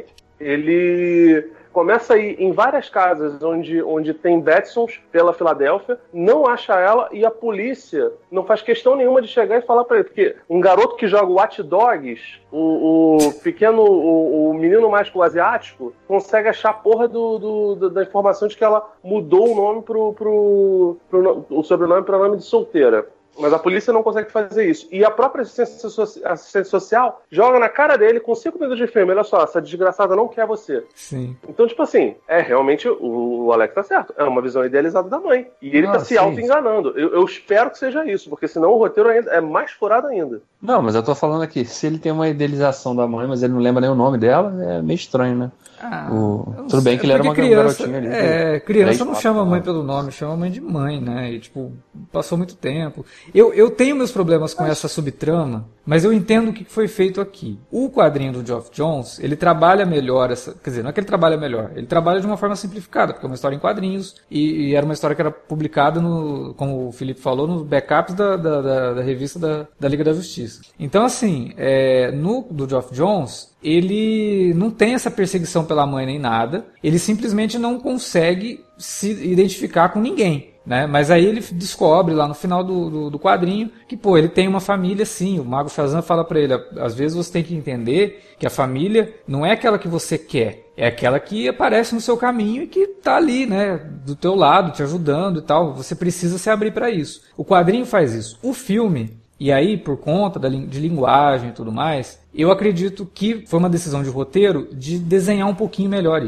ele... começa a ir em várias casas onde, onde tem Batsons pela Filadélfia, não acha ela e a polícia não faz questão nenhuma de chegar e falar pra ele. Porque um garoto que joga Watch Dogs, o, o pequeno, o, o menino mágico asiático, consegue achar a porra do, do, do, da informação de que ela mudou o nome pro, pro, pro, o sobrenome para nome de solteira. Mas a polícia não consegue fazer isso. E a própria assistência, so- assistência social joga na cara dele com cinco minutos de filme. Olha só, essa desgraçada não quer você. Sim. Então, tipo assim, é realmente o, o Alex tá certo. É uma visão idealizada da mãe. E ele ah, tá se sim. auto-enganando. Eu, eu espero que seja isso, porque senão o roteiro ainda é mais furado ainda. Não, mas eu tô falando aqui, se ele tem uma idealização da mãe, mas ele não lembra nem o nome dela, é meio estranho, né? Ah, o... Tudo bem que ele era uma criança, garotinha ali. É, criança não chama a mãe pelo nome, chama a mãe de mãe, né? E, tipo, passou muito tempo. Eu, eu tenho meus problemas com essa subtrama, mas eu entendo o que foi feito aqui. O quadrinho do Geoff Johns, ele trabalha melhor, essa, quer dizer, não é que ele trabalha melhor, ele trabalha de uma forma simplificada, porque é uma história em quadrinhos, e, e era uma história que era publicada, no, como o Felipe falou, nos backups da, da, da, da revista da, da Liga da Justiça. Então, assim, é, no do Geoff Johns, ele não tem essa perseguição pela mãe nem nada, ele simplesmente não consegue se identificar com ninguém, né? Mas aí ele descobre lá no final do, do, do quadrinho que, pô, ele tem uma família sim. O Mago Shazam fala pra ele, às vezes você tem que entender que a família não é aquela que você quer, é aquela que aparece no seu caminho e que tá ali, né, do teu lado, te ajudando e tal. Você precisa se abrir pra isso. O quadrinho faz isso. O filme, e aí, por conta da, de linguagem e tudo mais, eu acredito que foi uma decisão de roteiro de desenhar um pouquinho melhor isso.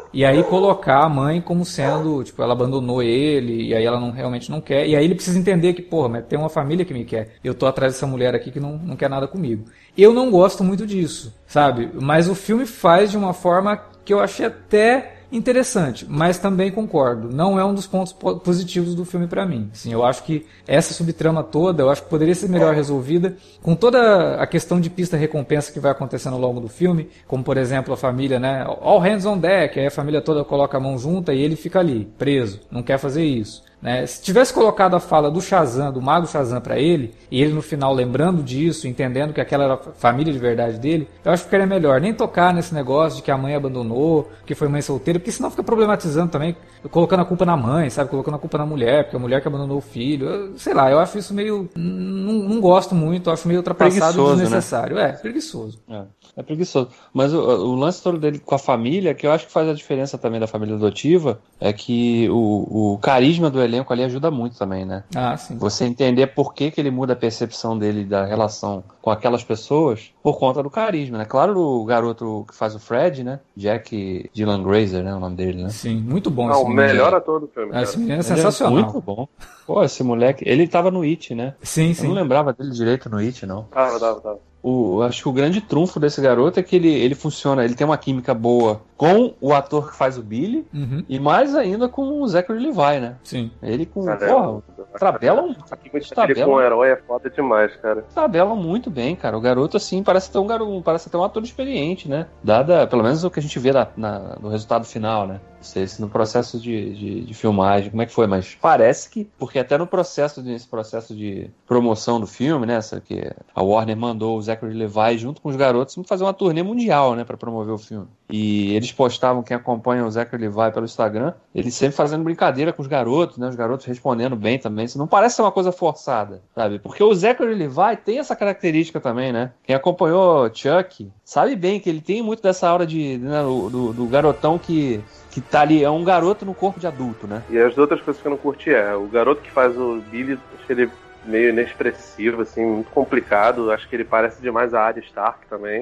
E aí colocar a mãe como sendo, tipo, ela abandonou ele, e aí ela não, realmente não quer. E aí ele precisa entender que, porra, mas tem uma família que me quer. Eu tô atrás dessa mulher aqui que não, não quer nada comigo. Eu não gosto muito disso, sabe? Mas o filme faz de uma forma que eu achei até interessante, mas também concordo, não é um dos pontos positivos do filme pra mim. Assim, eu acho que essa subtrama toda, eu acho que poderia ser melhor resolvida com toda a questão de pista-recompensa que vai acontecendo ao longo do filme, como por exemplo a família, né, all hands on deck, aí a família toda coloca a mão junta e ele fica ali, preso, não quer fazer isso. Né? Se tivesse colocado a fala do Shazam, do Mago Shazam pra ele, e ele no final lembrando disso, entendendo que aquela era a família de verdade dele, eu acho que ficaria melhor. Nem tocar nesse negócio de que a mãe abandonou, que foi mãe solteira, porque senão fica problematizando também, colocando a culpa na mãe, sabe? Colocando a culpa na mulher, porque a mulher que abandonou o filho. Eu, sei lá, eu acho isso meio... Não, não gosto muito, eu acho meio ultrapassado e desnecessário. Né? É, preguiçoso. É. É preguiçoso. Mas o, o lance todo dele com a família, que eu acho que faz a diferença também da família adotiva, é que o, o carisma do elenco ali ajuda muito também, né? Ah, sim. Você entender por que, que ele muda a percepção dele da relação com aquelas pessoas por conta do carisma, né? Claro, o garoto que faz o Fred, né? Jack Dylan Grazer, né? O nome dele, né? Sim, muito bom. Não, esse o menino. melhor ator do filme. Ah, esse menino é Ele sensacional. É muito bom. Pô, esse moleque... Ele tava no It, né? Sim, Eu sim. não lembrava dele direito no It, não. Tava, tava, tava. O, acho que o grande trunfo desse garoto é que ele, ele funciona, ele tem uma química boa com o ator que faz o Billy, Uhum. e mais ainda com o Zachary Levi, né? Sim. Ele com... Cara, porra, tabelam, A química dele com o herói é foda demais, cara. tabelam muito bem, cara. O garoto, assim, parece ter um garoto, parece ter um ator experiente, né? Dada, pelo menos o que a gente vê na, na, no resultado final, né? Não sei se no processo de, de, de filmagem, como é que foi, mas parece que, porque até no processo, nesse processo de promoção do filme, né? Essa, que a Warner mandou o Zachary Levi junto com os garotos fazer uma turnê mundial, né? Pra promover o filme. E eles postavam, quem acompanha o Zachary Levi pelo Instagram, ele sempre fazendo brincadeira com os garotos, né? Os garotos respondendo bem também. Isso não parece ser uma coisa forçada, sabe? Porque o Zachary Levi tem essa característica também, né? Quem acompanhou Chuck sabe bem que ele tem muito dessa aura de, né, do, do, do garotão que... que tá ali, é um garoto no corpo de adulto, né? E as outras coisas que eu não curti é, o garoto que faz o Billy, acho que ele meio inexpressivo, assim, muito complicado, acho que ele parece demais a Arya Stark também.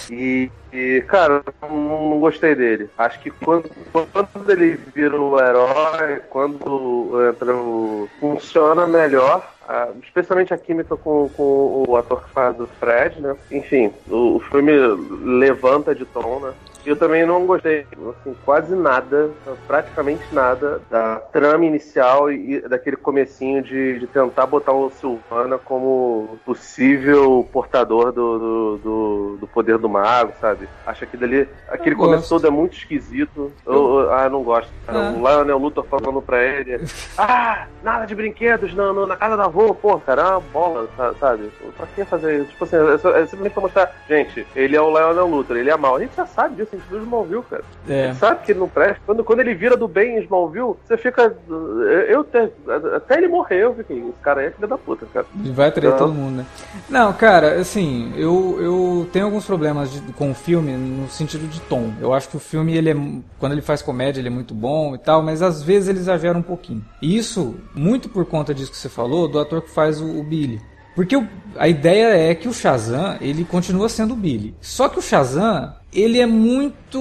E, e cara, não, não gostei dele. Acho que quando, quando ele vira o herói, quando entra o... funciona melhor. Uh, especialmente a química com, com o ator que faz o Fred, né? Enfim, o, o filme levanta de tom, né? Eu também não gostei, assim, quase nada, praticamente nada, da trama inicial e daquele comecinho de, de tentar botar o Sylvana como possível portador do, do, do, do poder do mago, sabe? Acho que dali, aquele começo todo é muito esquisito. Eu, eu, ah, não gosto. Cara. Ah. O Lionel Luthor falando pra ele, ah, nada de brinquedos no, no, na casa da avó, pô, cara, é uma bola, sabe? Pra que fazer isso? Tipo assim, é, só, é simplesmente pra mostrar, gente, ele é o Lionel Luthor, ele é mal. A gente já sabe disso. A gente viu o Smallville, cara. É. A gente sabe que ele não presta. Quando, quando ele vira do bem em Smallville, você fica... Eu até, até ele morrer, eu fiquei... Esse cara aí é filho da puta, cara. Ele vai atrair todo mundo, né? Não, cara, assim, eu, eu tenho alguns problemas de, com o filme no sentido de tom. Eu acho que o filme, ele é... Quando ele faz comédia, ele é muito bom e tal, mas às vezes ele exagera um pouquinho. E isso, muito por conta disso que você falou, do ator que faz o, o Billy. Porque o, a ideia é que o Shazam, ele continua sendo o Billy. Só que o Shazam, ele é muito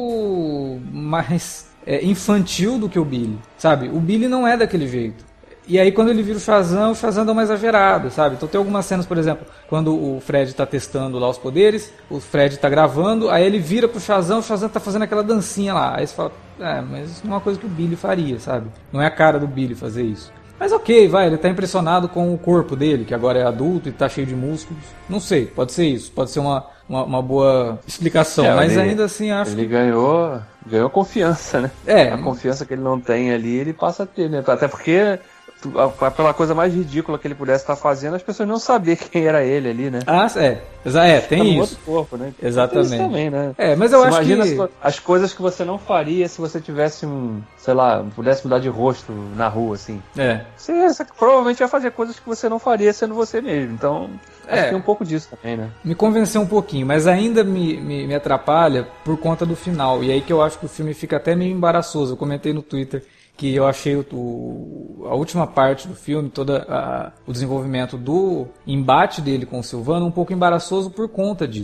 mais é, infantil do que o Billy, sabe? O Billy não é daquele jeito. E aí quando ele vira o Shazam, o Shazam dá uma exagerada, sabe? Então tem algumas cenas, por exemplo, quando o Fred tá testando lá os poderes, o Fred tá gravando, aí ele vira pro Shazam, o Shazam tá fazendo aquela dancinha lá. Aí você fala, é, mas isso não é uma coisa que o Billy faria, sabe? Não é a cara do Billy fazer isso. Mas ok, vai, ele tá impressionado com o corpo dele, que agora é adulto e tá cheio de músculos. Não sei, pode ser isso, pode ser uma, uma, uma boa explicação, é, mas ele, ainda assim acho ele que... ganhou, ganhou confiança, né? É. A confiança que ele não tem ali, ele passa a ter, né? Até porque... pela coisa mais ridícula que ele pudesse estar fazendo, as pessoas não sabiam quem era ele ali, né? Ah, é. É, tem tá no isso. Outro corpo, né? Exatamente. Tem isso também, né? É, mas eu você acho imagina que... as, as coisas que você não faria se você tivesse um, sei lá, pudesse mudar de rosto na rua, assim. É. Você, você provavelmente vai fazer coisas que você não faria sendo você mesmo, então... Acho É, que tem um pouco disso também, né? Me convenceu um pouquinho, mas ainda me, me, me atrapalha por conta do final. E aí que eu acho que o filme fica até meio embaraçoso. Eu comentei no Twitter que eu achei o, o, a última parte do filme, todo o desenvolvimento do embate dele com o Sylvana um pouco embaraçoso por conta disso.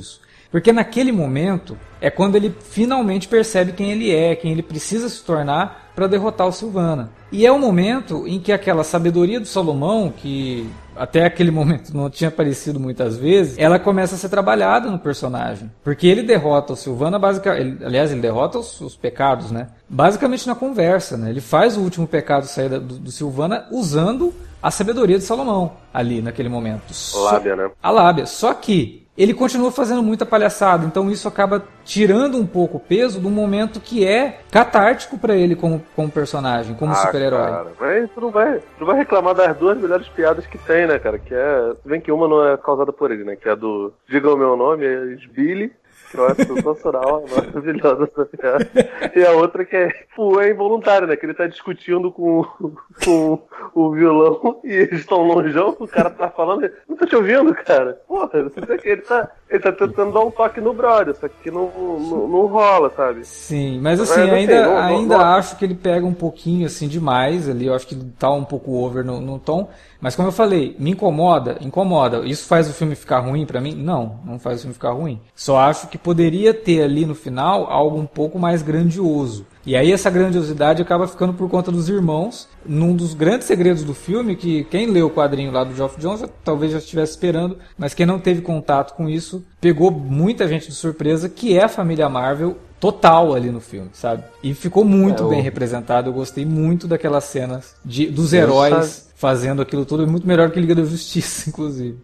Porque naquele momento é quando ele finalmente percebe quem ele é, quem ele precisa se tornar para derrotar o Sylvana. E é o momento em que aquela sabedoria do Salomão, que até aquele momento não tinha aparecido muitas vezes, ela começa a ser trabalhada no personagem. Porque ele derrota o Sylvana, basicamente, aliás, ele derrota os, os pecados, né? Basicamente na conversa, né? Ele faz o último pecado sair do, do Sylvana usando a sabedoria de Salomão ali naquele momento. Lábia, né? A lábia. Só que ele continua fazendo muita palhaçada, então isso acaba tirando um pouco o peso de um momento que é catártico pra ele como, como personagem, como ah, super-herói. Cara, mas tu não, vai, tu não vai reclamar das duas melhores piadas que tem, né, cara? Que é. Tu vê que uma não é causada por ele, né? Que é a do Diga o meu nome, é Billy. Que eu acho sensacional, maravilhosa essa piada. E a outra que é, pô, é involuntário, né? Que ele tá discutindo com, com o violão e eles estão longeão, o cara tá falando, não tô te ouvindo, cara. Porra, você vê que ele tá, ele tá tentando dar um toque no brother, só que não, não, não rola, sabe? Sim, mas assim, mas, ainda, assim, não, ainda não, acho que ele pega um pouquinho assim demais ali, eu acho que tá um pouco over no, no tom. Mas como eu falei, me incomoda, incomoda. Isso faz o filme ficar ruim pra mim? Não, não faz o filme ficar ruim. Só acho que poderia ter ali no final algo um pouco mais grandioso. E aí essa grandiosidade acaba ficando por conta dos irmãos, num dos grandes segredos do filme, que quem leu o quadrinho lá do Geoff Johns talvez já estivesse esperando, mas quem não teve contato com isso, pegou muita gente de surpresa, que é a família Marvel total ali no filme, sabe? E ficou muito é, bem eu... representado, eu gostei muito daquelas cenas de, dos heróis fazendo aquilo tudo, muito melhor que Liga da Justiça, inclusive.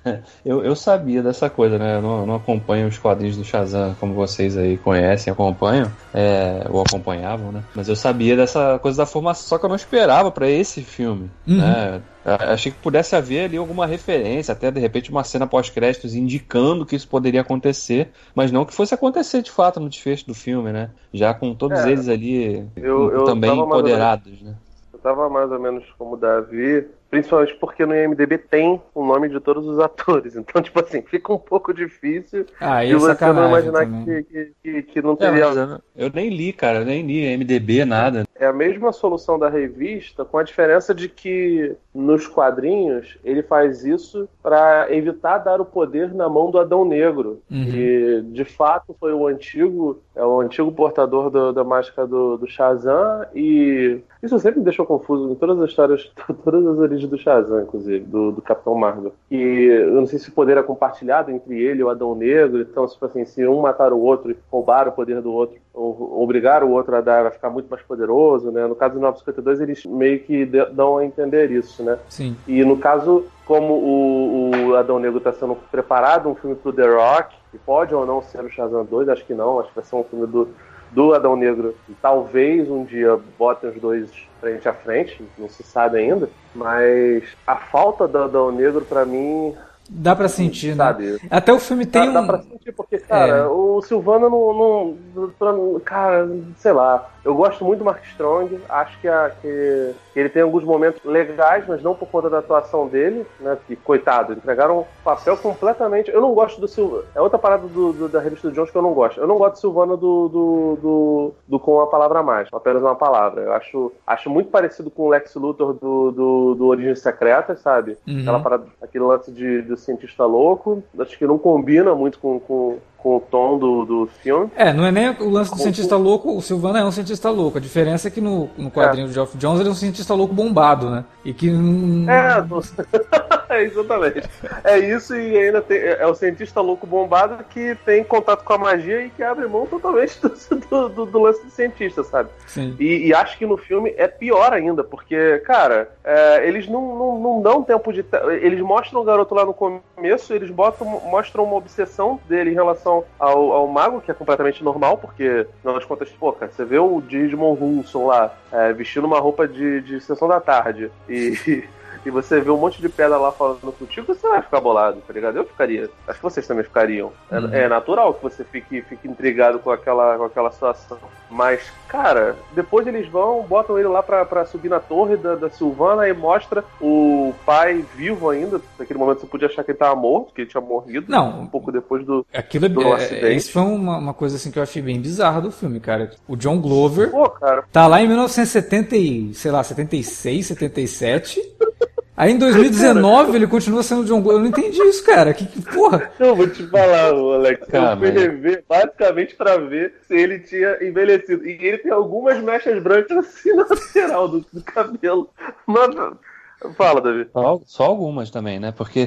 Eu, eu sabia dessa coisa, né? Eu não, eu não acompanho os quadrinhos do Shazam como vocês aí conhecem, acompanham, é, ou acompanhavam, né? Mas eu sabia dessa coisa da formação, só que eu não esperava pra esse filme, uhum. né? Achei que pudesse haver ali alguma referência, até de repente uma cena pós-créditos indicando que isso poderia acontecer, mas não que fosse acontecer de fato no desfecho do filme, né? Já com todos é, eles ali eu, eu também empoderados, né? Eu tava mais ou menos como o Davi, principalmente porque no I M D B tem o nome de todos os atores. Então, tipo assim, fica um pouco difícil ah, de você não imaginar que, que, que, que não teria... É, eu, não, eu nem li, cara, eu nem li I M D B, nada. É a mesma solução da revista, com a diferença de que nos quadrinhos ele faz isso para evitar dar o poder na mão do Adão Negro. Uhum. Que de fato foi o antigo, é o antigo portador do, da máscara do, do Shazam, e isso sempre me deixou confuso em todas as histórias, todas as origens do Shazam, inclusive, do, do Capitão Marvel. E eu não sei se o poder é compartilhado entre ele e o Adão Negro, então, tipo assim, se um matar o outro e roubar o poder do outro, ou obrigar o outro a dar, a ficar muito mais poderoso, né? No caso do novecentos e cinquenta e dois, eles meio que dão a entender isso, né? Sim. E no caso, como o, o Adão Negro está sendo preparado, um filme pro The Rock, que pode ou não ser o Shazam dois, acho que não, acho que vai ser um filme do, do Adão Negro, e talvez um dia botem os dois frente a frente, não se sabe ainda, mas a falta do Adão Negro, pra mim... Dá pra sentir, sabe? Né? Até o filme tem dá, um... Dá pra sentir, porque, cara, é. o Sylvana não, não... Cara, sei lá... Eu gosto muito do Mark Strong, acho que, a, que, que ele tem alguns momentos legais, mas não por conta da atuação dele, né? Que, coitado, entregaram um papel completamente... Eu não gosto do Sylvana... É outra parada do, do, da revista do Jones que eu não gosto. Eu não gosto do Sylvana do, do, do, do com a palavra mágica, apenas uma palavra. Eu acho, acho muito parecido com o Lex Luthor do, do, do Origens Secretas, sabe? Uhum. Aquela parada, aquele lance de, do cientista louco. Acho que não combina muito com... com com o tom do, do filme. É, não é nem o lance do com cientista com... louco, o Sylvana é um cientista louco. A diferença é que no, no quadrinho é. do Geoff Johns ele é um cientista louco bombado, né? E que... É, é exatamente. É isso, e ainda tem, é o cientista louco bombado que tem contato com a magia e que abre mão totalmente do, do, do lance do cientista, sabe? Sim. E, e acho que no filme é pior ainda, porque, cara, é, eles não, não, não dão tempo de... Eles mostram o garoto lá no começo, eles botam, mostram uma obsessão dele em relação Ao, ao mago, que é completamente normal, porque, afinal de contas, pô, cara, você vê o Digimon Hulson lá, é, vestindo uma roupa de, de sessão da tarde, e, e você vê um monte de pedra lá falando contigo, você vai ficar bolado, tá ligado? Eu ficaria. Acho que vocês também ficariam. Uhum. É, é natural que você fique, fique intrigado com aquela, com aquela situação. Mas, cara, depois eles vão, botam ele lá pra, pra subir na torre da, da Sylvana e mostra o pai vivo ainda. Naquele momento você podia achar que ele tava morto, que ele tinha morrido. Não. Um pouco depois do, aquilo do é, acidente. Isso foi uma, uma coisa assim que eu achei bem bizarra do filme, cara. O John Glover Pô, cara. tá lá em mil novecentos e setenta, sei lá, setenta e seis, setenta e sete... Aí em dois mil e dezenove ele continua sendo o John Glover. Eu não entendi isso, cara. Que, que porra? Eu vou te falar, Alex. Cara, eu fui mas- rever basicamente pra ver se ele tinha envelhecido. E ele tem algumas mechas brancas assim na lateral do, do cabelo. Mano, fala, Davi. Só, só algumas também, né? Porque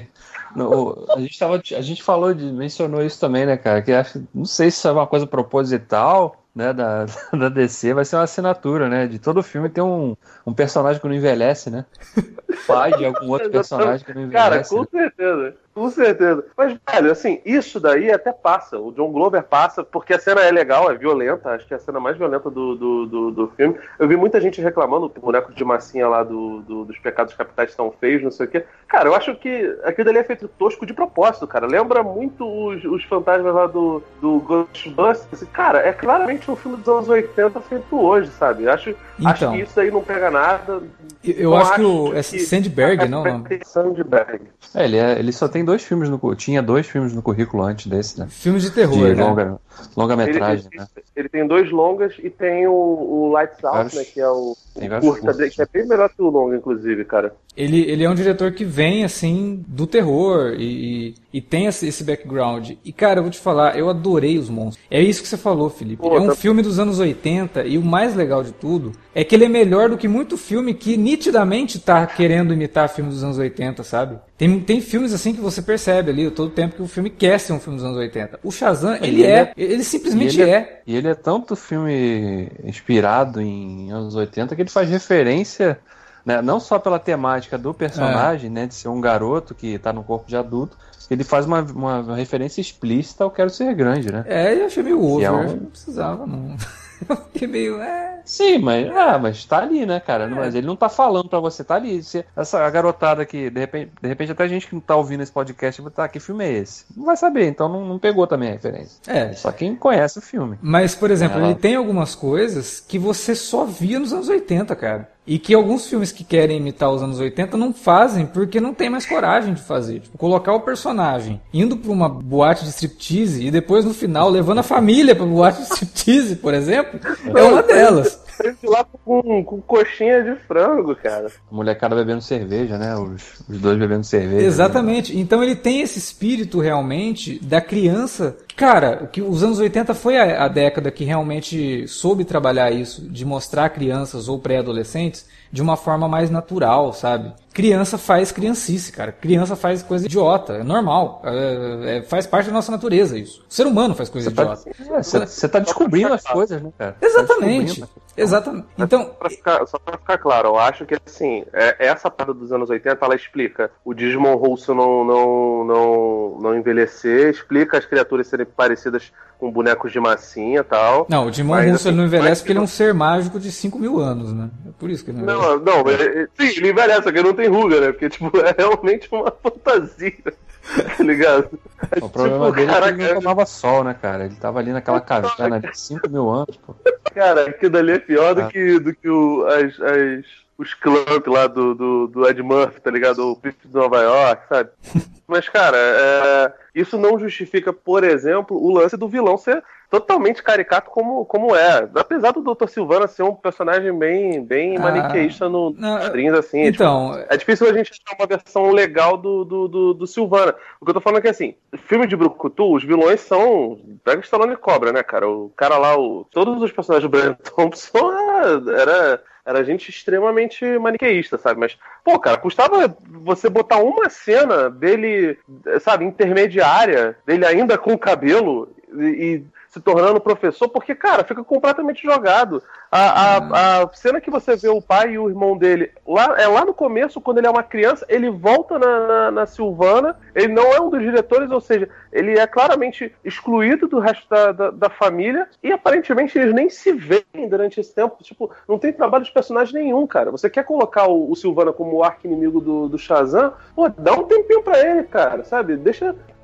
no- a, gente tava, a gente falou de, mencionou isso também, né, cara? Que acho, não sei se isso é uma coisa proposital, né, da, da D C, vai ser uma assinatura, né? De todo filme tem um, um personagem que não envelhece, né? Pai de algum outro personagem que não Cara, envelhece. com né? certeza. Com certeza. Mas, velho, assim, isso daí até passa. O John Glover passa, porque a cena é legal, é violenta. Acho que é a cena mais violenta do, do, do, do filme. Eu vi muita gente reclamando que o boneco de massinha lá do, do- dos pecados capitais estão feios, não sei o quê. Cara, eu acho que aquilo dali é feito tosco de propósito, cara. Lembra muito os, os fantasmas lá do, do Ghostbusters. Cara, é claramente um filme dos anos oitenta feito hoje, sabe? Acho, acho Então. que isso aí não pega nada. Eu, eu Não acho que o. É que- Sandberg, não? não. Sandberg. É, ele, é- ele só tem dois filmes no cu- tinha dois filmes no currículo antes desse, né? Filmes de terror, De né? longa, longa-metragem, Ele, né? ele- ele tem dois longas e tem o, o Lights Out, Vários- né? Que é o, tem o vários curta curtas, dele, que é bem melhor que o longa, inclusive, cara. Ele, ele é um diretor que vem, assim, do terror e, e, e tem esse, esse background. E, cara, eu vou te falar, eu adorei Os Monstros. É isso que você falou, Felipe. Pô, é um tá- filme dos anos oitenta e o mais legal de tudo é que ele é melhor do que muito filme que nitidamente tá querendo imitar filme dos anos oitenta, sabe? Tem, tem filmes assim que você percebe ali, todo o tempo que o filme quer ser um filme dos anos oitenta. O Shazam, ele, Ele é, é- ele simplesmente E ele é. E ele é tanto filme inspirado em anos oitenta que ele faz referência, né, não só pela temática do personagem, né, de ser um garoto que tá no corpo de adulto, ele faz uma, uma referência explícita ao Quero Ser Grande, né? É, eu achei meio over, Que é um- não precisava não. Eu fiquei meio, é... Sim, mas, ah, mas tá ali, né, cara? Mas ele não tá falando pra você, tá ali. Você- essa a garotada que, de repente, de repente até a gente que não tá ouvindo esse podcast, vai tá, que filme é esse? Não vai saber, então não, não pegou também a referência. É. Só quem conhece o filme. Mas, por exemplo, É, ela- ele tem algumas coisas que você só via nos anos oitenta, cara. E que alguns filmes que querem imitar os anos oitenta não fazem porque não tem mais coragem de fazer. Tipo, colocar o personagem indo pra uma boate de striptease e depois no final levando a família pra boate de striptease, por exemplo, é uma delas. Saiu de lá com, com coxinha de frango, cara. A molecada bebendo cerveja, né? Os, os dois bebendo cerveja. Exatamente. Então ele tem esse espírito realmente da criança. Cara, que os anos oitenta foi a, a década que realmente soube trabalhar isso, de mostrar crianças ou pré-adolescentes de uma forma mais natural, sabe? Criança faz criancice, cara. Criança faz coisa idiota, é normal. É, é, faz parte da nossa natureza isso. O ser humano faz coisa Você tá, idiota. é, você, você tá descobrindo as coisas, né, cara? Tá Exatamente. descobrindo. Exatamente. Então, Pra ficar- só pra ficar claro, eu acho que assim, é- essa parte dos anos oitenta, ela explica o Digimon Russo não, não, não, não envelhecer, explica as criaturas serem parecidas com bonecos de massinha e tal. não, o Dimon Mas, Russo assim, ele não envelhece mas- porque ele é um ser mágico de cinco mil anos, né? É por isso que ele não envelhece. Não, não, ele- sim, ele envelhece, só que ele não tem ruga, né? Porque, tipo, é realmente uma fantasia, tá ligado? É, O problema tipo, dele é que caraca, ele não tomava sol, né, cara? Ele tava ali naquela caverna de cinco mil anos, pô. cara, aquilo dali é pior do Ah. que, do que o, as, as, os Clamp lá do, do, do Ed Murphy, tá ligado? O Príncipe de Nova York, sabe? Mas, cara, é, isso não justifica, por exemplo, o lance do vilão ser totalmente caricato como, como é. Apesar do doutor Silvana ser um personagem bem, bem Ah, maniqueísta no, não, nos strings, assim. é, tipo, Então, é difícil a gente achar uma versão legal do, do, do, do Silvana. O que eu tô falando é que, assim, filme de Brucutu, os vilões são... Pega o Stallone e Cobra, né, cara? O cara lá, o... todos os personagens do Brian Thompson era... era... Era gente extremamente maniqueísta, sabe? Mas, pô, cara, custava você botar uma cena dele, sabe, intermediária, dele ainda com cabelo e, e se tornando professor, porque, cara, fica completamente jogado. A, a, a cena que você vê o pai e o irmão dele, lá, é lá no começo, quando ele é uma criança, ele volta na, na, na Silvana, ele não é um dos diretores, ou seja, ele é claramente excluído do resto da, da, da família, e aparentemente eles nem se veem durante esse tempo. Tipo, não tem trabalho de personagem nenhum, cara. Você quer colocar o, o Silvana como o arqui-inimigo do, do Shazam? Pô, dá um tempinho pra ele, cara, sabe? Deixa,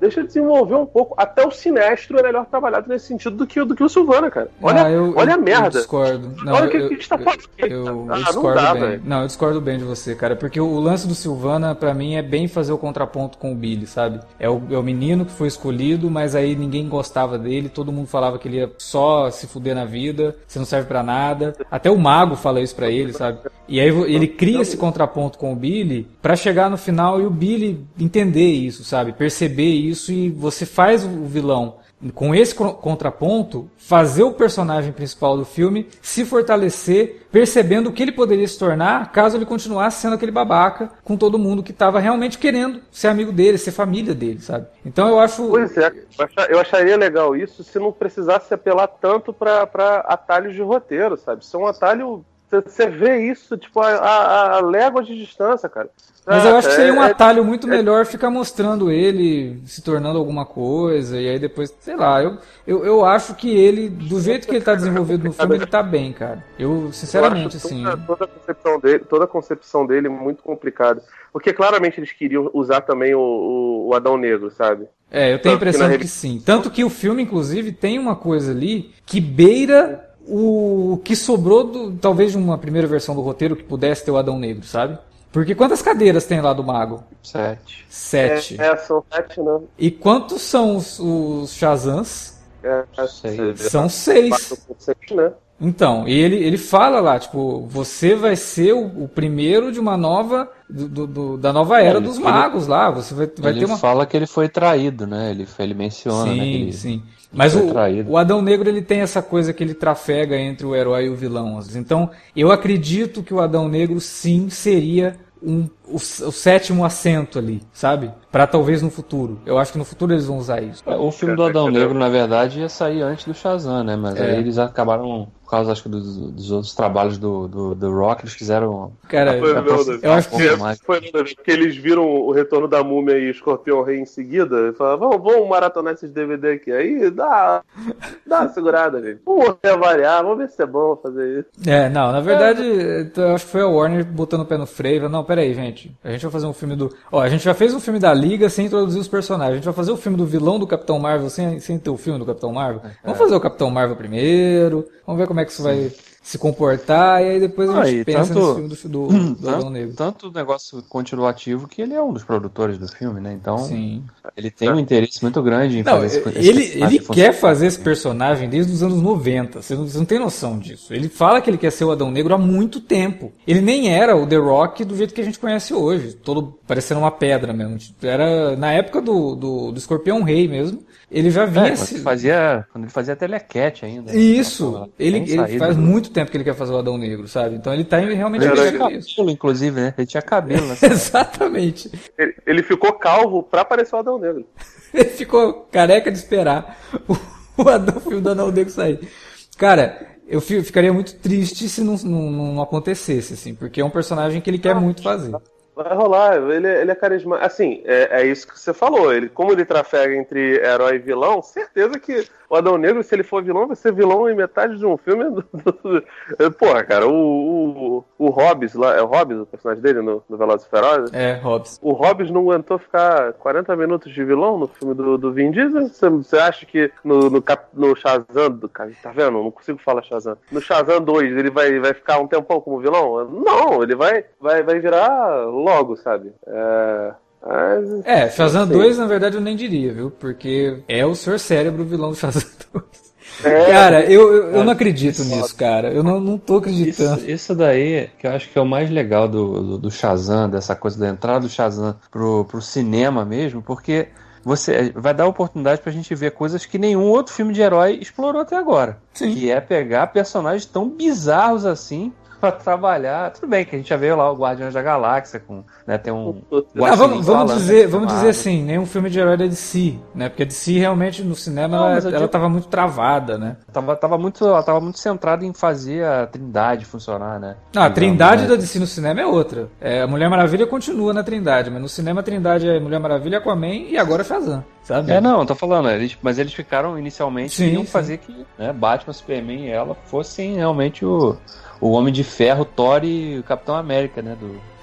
deixa de desenvolver um pouco. Até o Sinestro é melhor trabalhado nesse sentido do que, do que o Sylvana, cara. Olha, ah, eu, olha eu, a merda. Eu discordo. Não, olha o que eu, a gente tá fazendo. Eu, eu, ah, eu discordo não dá, bem. velho. Não, eu discordo bem de você, cara. Porque o lance do Sylvana, pra mim, é bem fazer o contraponto com o Billy, sabe? É o, é o menino que foi escolhido, mas aí ninguém gostava dele, todo mundo falava que ele ia só se fuder na vida, você não serve pra nada. Até o mago fala isso pra ele, sabe? E aí ele cria esse contraponto com o Billy pra chegar no final e o Billy entender isso, sabe? Perceber isso, e você faz o vilão com esse contraponto, fazer o personagem principal do filme se fortalecer, percebendo o que ele poderia se tornar caso ele continuasse sendo aquele babaca com todo mundo que estava realmente querendo ser amigo dele, ser família dele, sabe? Então eu acho... Pois é, eu acharia legal isso se não precisasse apelar tanto pra, pra atalhos de roteiro, sabe? Se é um atalho... Você vê isso, tipo, a, a, a léguas de distância, cara. Mas eu acho que seria um é, atalho muito é, melhor ficar mostrando ele se tornando alguma coisa, e aí depois, sei lá, eu, eu, eu acho que ele, do jeito que ele tá desenvolvido no filme, ele tá bem, cara. Eu, sinceramente, eu assim... Toda, toda, a concepção dele, toda a concepção dele é muito complicada. Porque claramente eles queriam usar também o, o, o Adão Negro, sabe? É, eu tenho a impressão que, que sim. Tanto que o filme, inclusive, tem uma coisa ali que beira o que sobrou, do, talvez, de uma primeira versão do roteiro que pudesse ter o Adão Negro, sabe? Porque quantas cadeiras tem lá do mago? Sete. Sete. É, é são sete, né? E quantos são os, os Shazams? É, seis. São seis. quatro, seis, né? Então, e ele, ele fala lá, tipo, você vai ser o, o primeiro de uma nova, do, do, da nova era ele, dos magos ele, lá, você vai, vai ele ter uma... fala que ele foi traído, né? Ele, ele menciona, sim, né? Que ele, sim. Mas foi o, traído. o Adão Negro, ele tem essa coisa que ele trafega entre o herói e o vilão. Então, eu acredito que o Adão Negro, sim, seria um, o, o sétimo assento ali, sabe? Pra talvez no futuro. Eu acho que no futuro eles vão usar isso. O filme do Adão Negro, na verdade, ia sair antes do Shazam, né? Mas É. aí eles acabaram, por causa, acho que, dos, dos outros trabalhos do, do, do Rock, eles quiseram... Cara, Foi, eu, meu, eu acho que... Foi, foi, porque eles viram o Retorno da Múmia e Escorpião Rei em seguida e falaram, vamos, vamos maratonar esses D V D aqui. Aí dá, dá uma segurada, gente. Vamos reavaliar, vamos ver se é bom fazer isso. É, não, na verdade, eu acho que foi a Warner botando o pé no freio. Falando, não, peraí, gente, a gente vai fazer um filme do... Ó, a gente já fez um filme da Liga sem introduzir os personagens. A gente vai fazer o filme do vilão do Capitão Marvel sem, sem ter o filme do Capitão Marvel. Vamos fazer o Capitão Marvel primeiro, vamos ver como é que isso vai se comportar, e aí depois a gente Ah, pensa tanto, nesse filme do, do, do Adão tanto, Negro. tanto o negócio continuativo que ele é um dos produtores do filme, né? Então, Sim. ele tem um interesse muito grande em Não, fazer esse, esse ele, personagem ele funcionar. quer fazer esse personagem desde os anos noventa. Você não, você não tem noção disso. Ele fala que ele quer ser o Adão Negro há muito tempo. Ele nem era o The Rock do jeito que a gente conhece hoje. Todo parecendo uma pedra mesmo. Era na época do, do, do Escorpião Rei mesmo. Ele já vinha... É, quando, se... ele fazia, quando ele fazia telecat ainda. Isso. Ele, ele saída, faz né? muito tempo que ele quer fazer o Adão Negro, sabe? Então ele tá realmente Ele tinha querendo isso. cabelo, inclusive, né? Ele tinha cabelo nessa Exatamente. Ele, ele ficou calvo pra parecer o Adão Negro. Ele ficou careca de esperar o, o, Adão, o filme do Adão Negro sair. Cara, eu ficaria muito triste se não, não, não acontecesse, assim, porque é um personagem que ele quer muito fazer. Vai rolar, ele, ele é carismático. Assim, é, é isso que você falou. Ele, como ele trafega entre herói e vilão, certeza que o Adão Negro, se ele for vilão, vai ser vilão em metade de um filme. Porra, cara, o, o, o Hobbes lá, é o Hobbes o personagem dele no, no Velozes e Ferozes? É, Hobbes. O Hobbes não aguentou ficar quarenta minutos de vilão no filme do, do Vin Diesel? Você, você acha que no, no, no Shazam, do, tá vendo? Não consigo falar Shazam. No Shazam dois, ele vai, vai ficar um tempão como vilão? Não, ele vai, vai, vai virar logo, sabe? É... Mas, é, Shazam sim. dois, na verdade, eu nem diria, viu? Porque é o senhor Cérebro o vilão do Shazam dois. É, cara, eu, eu, eu é, não acredito nisso, cara. Eu não, não tô acreditando. Isso, isso daí que eu acho que é o mais legal do, do, do Shazam, dessa coisa da entrada do Shazam pro, pro cinema mesmo, porque você vai dar oportunidade pra gente ver coisas que nenhum outro filme de herói explorou até agora. Sim. Que é pegar personagens tão bizarros assim pra trabalhar. Tudo bem que a gente já veio lá o Guardiões da Galáxia com, né, tem um Ah, vamos, vamos fala, dizer, né, vamos chamado. dizer assim, nenhum filme de herói da D C, né? Porque a D C realmente no cinema Não, ela, mas eu ela digo- tava muito travada, né? Tava, tava, muito, ela tava muito centrada em fazer a Trindade funcionar, né? Não, a Digamos, Trindade né? da D C no cinema é outra. É, a Mulher Maravilha continua na Trindade, mas no cinema a Trindade é Mulher Maravilha, Aquaman e agora Shazam, sabe? É, não, tô falando, eles, mas eles ficaram inicialmente Sim, queriam sim. fazer que, né, Batman, Superman e ela fossem realmente o, o Homem de Ferro, Thor e o Capitão América, né, do,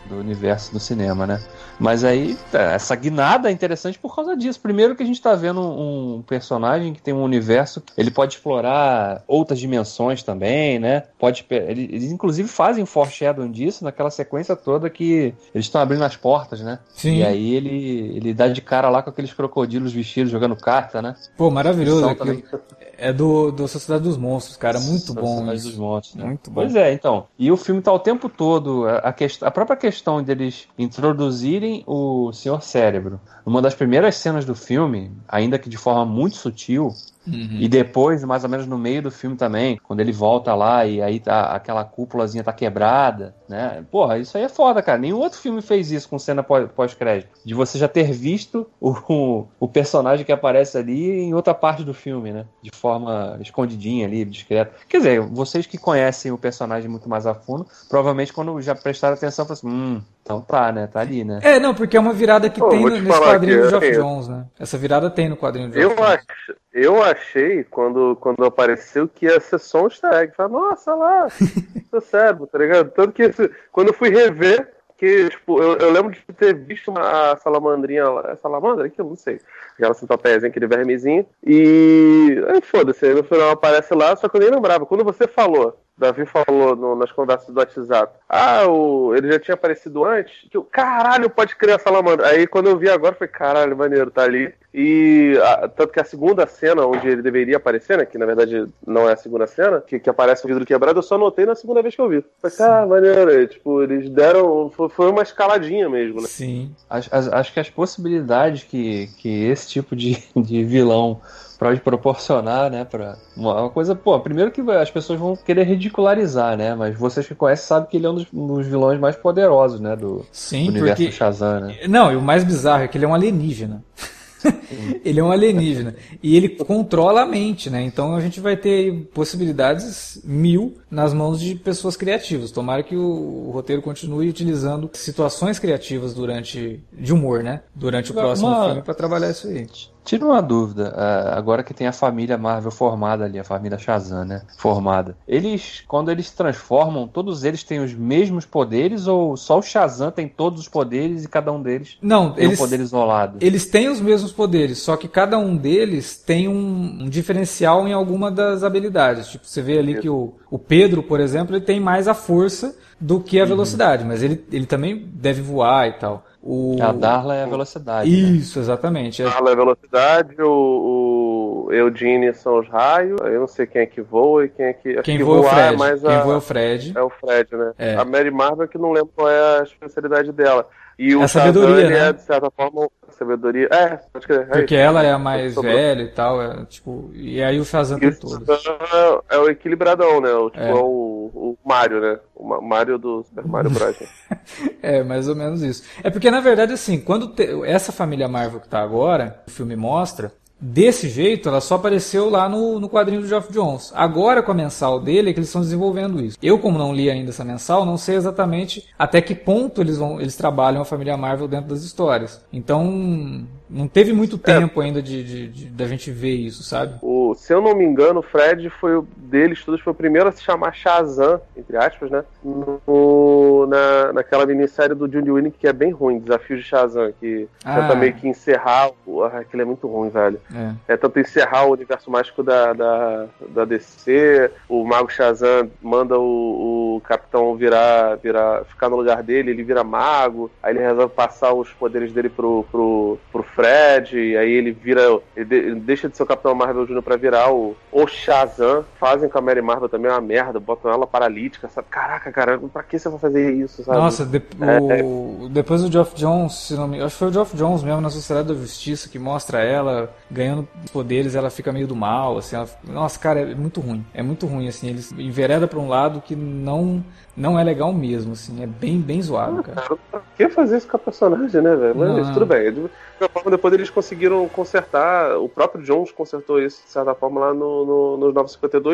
do universo do cinema, né? Mas aí, essa guinada é interessante por causa disso. Primeiro que a gente tá vendo um personagem que tem um universo, ele pode explorar outras dimensões também, né? Pode, eles inclusive fazem foreshadowing disso naquela sequência toda que eles estão abrindo as portas, né? Sim. E aí ele, ele dá de cara lá com aqueles crocodilos vestidos jogando carta, né? Pô, maravilhoso aquilo. É do, do Sociedade dos Monstros, cara, muito bom Sociedade isso. dos Monstros, né? Muito bom. Pois é, então. E o filme tá o tempo todo, a, a, quest- a própria questão deles introduzirem o Senhor Cérebro. Uma das primeiras cenas do filme, ainda que de forma muito sutil, uhum. E depois, mais ou menos no meio do filme também, quando ele volta lá e aí tá, aquela cúpulazinha tá quebrada, né? Porra, isso aí é foda, cara. Nenhum outro filme fez isso com cena pós-crédito. De você já ter visto o, o, o personagem que aparece ali em outra parte do filme, né? De forma escondidinha ali, discreta. Quer dizer, vocês que conhecem o personagem muito mais a fundo, provavelmente quando já prestaram atenção, falaram assim, hum, então tá, né? Tá ali, né? É, não, porque é uma virada que Pô, tem vou no, te nesse falar quadrinho que do Geoff é- Jones, né? Essa virada tem no quadrinho do Geoff Eu, Jones. ach, eu achei, quando, quando apareceu, que ia ser só um easter egg. Falei, nossa, lá, seu cérebro, tá ligado? Tanto que esse- quando eu fui rever, que, tipo, eu, eu lembro de ter visto uma, a salamandrinha lá. É salamandra? Aquilo, não sei. Aquela centopéia, aquele vermezinho. E. Aí, foda-se, aí no final aparece lá, só que eu nem lembrava. Quando você falou, Davi falou no- nas conversas do WhatsApp, ah, o, ele já tinha aparecido antes, que eu, caralho, pode criar a salamandra. Aí quando eu vi agora, foi caralho, maneiro, tá ali. E a- tanto que a segunda cena, onde ele deveria aparecer, né, que na verdade não é a segunda cena, que, que aparece o vidro quebrado, eu só notei na segunda vez que eu vi. Foi, ah, maneiro, aí, tipo, eles deram, foi, foi uma escaladinha mesmo, né. Sim. Acho, as- acho que as possibilidades que, que esse tipo de, de vilão pode proporcionar, né, pra uma, uma coisa, pô, primeiro que as pessoas vão querer ridicularizar, né, mas vocês que conhecem sabem que ele é um dos, um dos vilões mais poderosos, né, do, Sim, do universo porque... do Shazam, né. Não, e o mais bizarro é que ele é um alienígena. Ele é um alienígena. E ele controla a mente, né? Então a gente vai ter possibilidades mil nas mãos de pessoas criativas. Tomara que o, o roteiro continue utilizando situações criativas durante. De humor, né? Durante o próximo Uma- filme para trabalhar isso aí. Tira uma dúvida, ah, agora que tem a família Marvel formada ali, a família Shazam, né, formada. Eles, quando eles se transformam, todos eles têm os mesmos poderes ou só o Shazam tem todos os poderes e cada um deles Não, tem eles, um poder isolado? eles têm os mesmos poderes, só que cada um deles tem um, um diferencial em alguma das habilidades. Tipo, você vê ali que o, o Pedro, por exemplo, ele tem mais a força do que a velocidade, mas ele, ele também deve voar e tal. O... A Darla é a velocidade, né? Isso, exatamente. É- Fala a velocidade, o, o Eugene são os raios, eu não sei quem é que voa e quem é que... acho Quem que voa é o voar Fred. É mais Quem a, voa é o Fred. é o Fred, né? É. A Mary Marvel que não lembro qual é a especialidade dela. E o É a sabedoria, Shazam, ele né? é, de certa forma, sabedoria... É, pode crer. é Porque isso. ela é a mais Sobrou. velha e tal. É, tipo, e aí o Shazam E tem o todos. Shazam é o equilibradão, né? O, tipo, É. é, o, o Mario, né? O Ma- Mario do Super Mario Bros. É, mais ou menos isso. É porque, na verdade, assim, quando te- essa família Marvel que tá agora, o filme mostra, desse jeito, ela só apareceu lá no, no quadrinho do Geoff Jones. Agora, com a mensal dele, é que eles estão desenvolvendo isso. Eu, como não li ainda essa mensal, não sei exatamente até que ponto eles, vão, eles trabalham a família Marvel dentro das histórias. Então, não teve muito tempo ainda de, de, de- da gente ver isso, sabe? O, se eu não me engano, o Fred foi o deles todos, foi o primeiro a se chamar Shazam, entre aspas, né? No, na, naquela minissérie do Judy Winnick, que é bem ruim, Desafios de Shazam, que Ah. tenta meio que encerrar. o- ah, aquilo é muito ruim, velho. É. É tanto encerrar o universo mágico da, da, da D C, o Mago Shazam manda o, o Capitão virar, virar, ficar no lugar dele, ele vira mago, aí ele resolve passar os poderes dele pro, pro, pro Fred, e aí ele vira, ele, de- ele deixa de ser o Capitão Marvel Júnior pra virar o, o Shazam, fazem com a Mary Marvel também uma merda, botam ela paralítica, sabe? Caraca, cara, pra que você vai fazer isso, sabe? Nossa, de- É, o- depois do Geoff Jones, se não me, acho que foi o Geoff Jones mesmo na Sociedade da Justiça que mostra ela ganhando poderes, ela fica meio do mal, assim, ela- nossa, cara, é muito ruim, é muito ruim, assim, eles envereda pra um lado que não, não é legal mesmo, assim, é bem, bem zoado, cara. Cara, pra que fazer isso com a personagem, né, velho? Mas Não. tudo bem. De qualquer forma, depois eles conseguiram consertar, o próprio Jones consertou isso, de certa forma, lá no, no, nos novecentos e cinquenta e dois,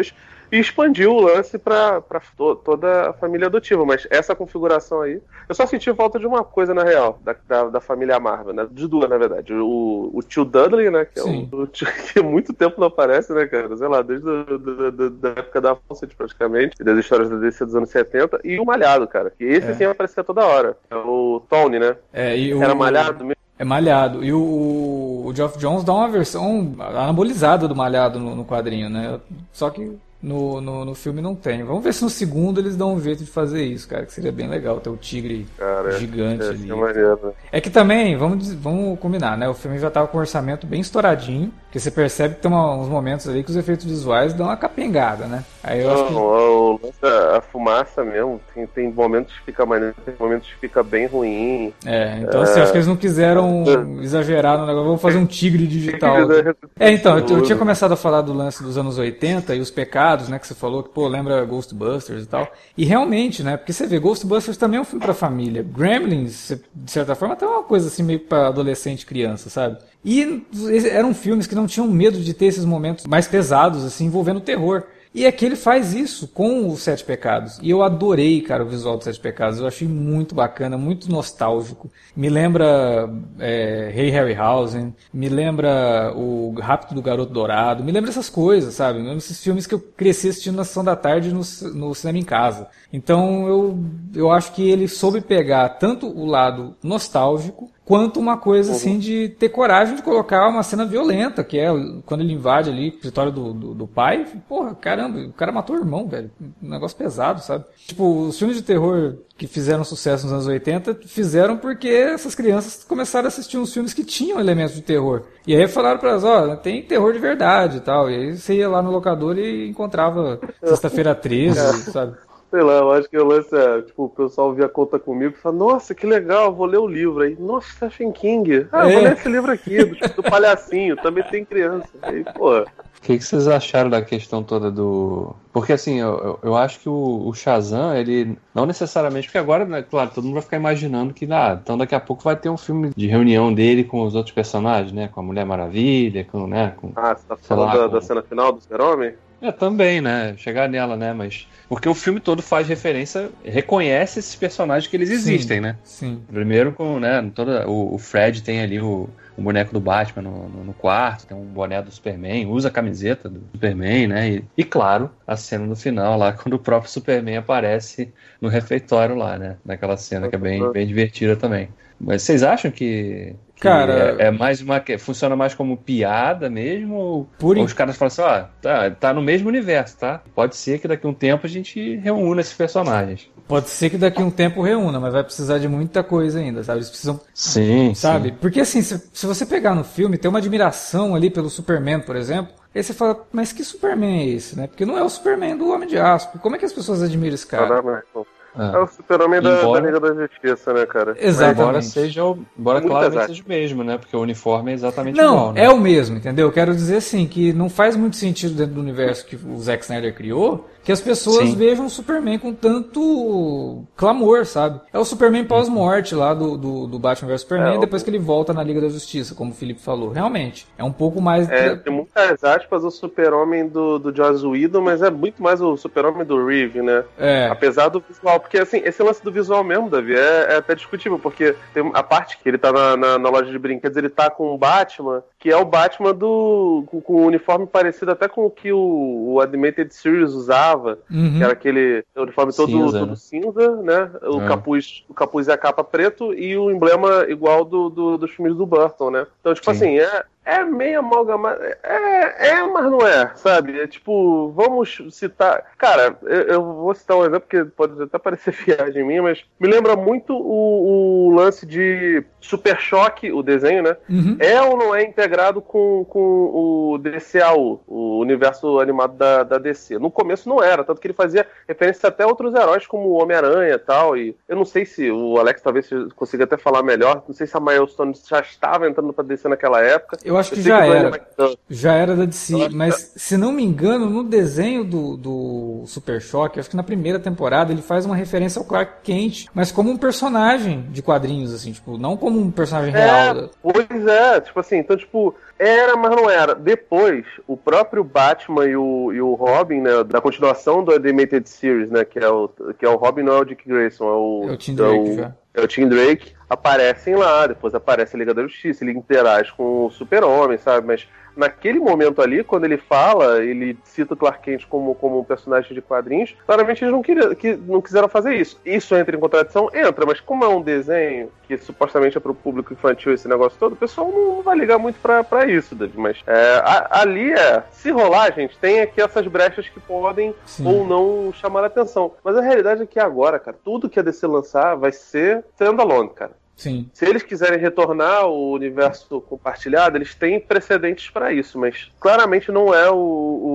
e expandiu o lance pra, pra to, toda a família adotiva. Mas essa configuração aí, eu só senti falta de uma coisa, na real, da, da, da família Marvel, né? De duas, na verdade. O, o tio Dudley, né? Que é um, o tio que há muito tempo não aparece, né, cara? Sei lá, desde a da, da, da época da Fawcett, praticamente, e das histórias da D C dos anos setenta, e o Malhado, cara, que esse é. sim aparecia toda hora. É o Tony, né? É, e o... Era Malhado mesmo. É Malhado. E o, o Geoff Johns dá uma versão anabolizada do Malhado no, no quadrinho, né? Só que no, no, no filme não tem. Vamos ver se no segundo eles dão um jeito de fazer isso, cara, que seria bem legal ter o tigre cara, gigante é, ali. É, é que também, vamos, vamos combinar, né? O filme já tava com um orçamento bem estouradinho, porque você percebe que tem uma, uns momentos ali que os efeitos visuais dão uma capengada, né? Aí eu não, acho que... o, a, a fumaça mesmo, tem, tem momentos que fica maneiro, tem momentos que fica bem ruim. É, então assim, é... acho que eles não quiseram exagerar no negócio, vamos fazer um tigre digital. É, então, eu, eu tinha começado a falar do lance dos anos oitenta e os pecados, né, que você falou, que, pô, lembra Ghostbusters e tal. E realmente, né, porque você vê, Ghostbusters também é um filme pra família. Gremlins, de certa forma, até uma coisa assim meio pra adolescente e criança, sabe? E eram filmes que não tinham medo de ter esses momentos mais pesados, assim, envolvendo terror. E aqui ele faz isso com os Sete Pecados. E eu adorei, cara, o visual dos Sete Pecados. Eu achei muito bacana, muito nostálgico. Me lembra é, Hey Harryhausen, me lembra o Rápido do Garoto Dourado, me lembra essas coisas, sabe? Me lembra esses filmes que eu cresci assistindo na sessão da tarde no, no cinema em casa. Então eu, eu acho que ele soube pegar tanto o lado nostálgico, quanto uma coisa uhum. assim de ter coragem de colocar uma cena violenta, que é quando ele invade ali o escritório do, do, do pai. Porra, caramba, o cara matou o irmão, velho. Um negócio pesado, sabe? Tipo, os filmes de terror que fizeram sucesso nos anos oitenta fizeram porque essas crianças começaram a assistir uns filmes que tinham elementos de terror. E aí falaram pra elas, ó, oh, tem terror de verdade e tal. E aí você ia lá no locador e encontrava Sexta-feira treze, sabe? Sei lá, eu acho que o lance é, tipo, o pessoal via conta comigo e fala, nossa, que legal, vou ler o livro. Aí, nossa, Stephen King. Ah, é. vou ler esse livro aqui, do, do palhacinho, também tem criança. Aí, pô. O que, que vocês acharam da questão toda do... Porque, assim, eu, eu acho que o, o Shazam, ele... Não necessariamente... Porque agora, né, claro, todo mundo vai ficar imaginando que... Ah, então daqui a pouco vai ter um filme de reunião dele com os outros personagens, né? Com a Mulher Maravilha, com... Né, com ah, você tá falando lá, da, com... da cena final do Super-Homem? É, também, né? Chegar nela, né? Mas... Porque o filme todo faz referência... Reconhece esses personagens que eles existem, sim, né? Sim. Primeiro, com, né? Toda, o, o Fred tem ali o... um boneco do Batman no, no, no quarto, tem um boné do Superman, usa a camiseta do Superman, né? E, e claro, a cena no final lá, quando o próprio Superman aparece no refeitório lá, né? Naquela cena que é bem, bem divertida também. Mas vocês acham que... que cara, é, é mais uma... funciona mais como piada mesmo? Ou, por ou os caras falam assim, ó, oh, tá, tá no mesmo universo, tá? Pode ser que daqui a um tempo a gente reúna esses personagens. Pode ser que daqui a um tempo reúna, mas vai precisar de muita coisa ainda, sabe? Eles precisam... Sim, sabe? sim. Porque assim, se, se você pegar no filme, tem uma admiração ali pelo Superman, por exemplo, aí você fala, mas que Superman é esse, né? Porque não é o Superman do Homem de Aço. Como é que as pessoas admiram esse cara? Não, não, não. É o Super-Homem da, da Liga da Justiça, né, cara? Exatamente. Embora, seja, embora claramente seja o mesmo, né? Porque o uniforme é exatamente não, igual, né? É o mesmo, entendeu? Eu quero dizer assim, que não faz muito sentido dentro do universo que o Zack Snyder criou, que as pessoas Sim. vejam o Superman com tanto clamor, sabe? É o Superman pós-morte lá do, do, do Batman versus Superman, é, depois que ele volta na Liga da Justiça, como o Felipe falou. Realmente, é um pouco mais... É, tem muitas aspas o Super-Homem do, do Joss Whedon, mas é muito mais o Super-Homem do Reeve, né? É. Apesar do visual, porque assim, esse lance do visual mesmo, Davi, é, é até discutível, porque tem a parte que ele tá na, na, na loja de brinquedos, ele tá com o Batman, que é o Batman do com, com um uniforme parecido até com o que o, o Animated Series usava, uhum. que era aquele uniforme todo cinza, todo né? cinza, né? O, é. capuz, o capuz e a capa preto e o emblema igual do, do, dos filmes do Burton, né? Então, tipo Sim. assim, é... É meio amalgamado. É, é, mas não é, sabe? É tipo, vamos citar. Cara, eu, eu vou citar um exemplo que pode até parecer viagem minha, mas me lembra muito o, o lance de Super Choque, o desenho, né? Uhum. É ou não é integrado com, com o D C A U, o universo animado da, da D C? No começo não era, tanto que ele fazia referência até a outros heróis, como o Homem-Aranha e tal. E eu não sei se o Alex talvez consiga até falar melhor, não sei se a Milestone já estava entrando pra D C naquela época. Eu Eu acho que Eu sei já que o Brian era. McDonough- Já era da D C, Eu acho mas se não me engano, no desenho do, do Super Choque, acho que na primeira temporada ele faz uma referência ao Clark Kent, mas como um personagem de quadrinhos, assim, tipo, não como um personagem real. É, pois é, tipo assim, então, tipo, era, mas não era. Depois, o próprio Batman e o, e o Robin, né, da continuação do Animated Series, né, que é o, que é o Robin, não é o Dick Grayson, é o... É o Tim Drake é o, já. É o Tim Drake, aparecem lá, depois aparece a Liga da Justiça, ele interage com o Super-Homem, sabe, mas... Naquele momento ali, quando ele fala, ele cita o Clark Kent como, como um personagem de quadrinhos, claramente eles não, queriam, que, não quiseram fazer isso. Isso entra em contradição? Entra, mas como é um desenho que supostamente é pro público infantil esse negócio todo, o pessoal não vai ligar muito pra, pra isso, David. Mas é, a, ali é, se rolar, gente, tem aqui essas brechas que podem Sim. ou não chamar a atenção. Mas a realidade é que agora, cara, tudo que a D C lançar vai ser standalone, cara. Sim. Se eles quiserem retornar ao universo compartilhado, eles têm precedentes para isso, mas claramente não é o,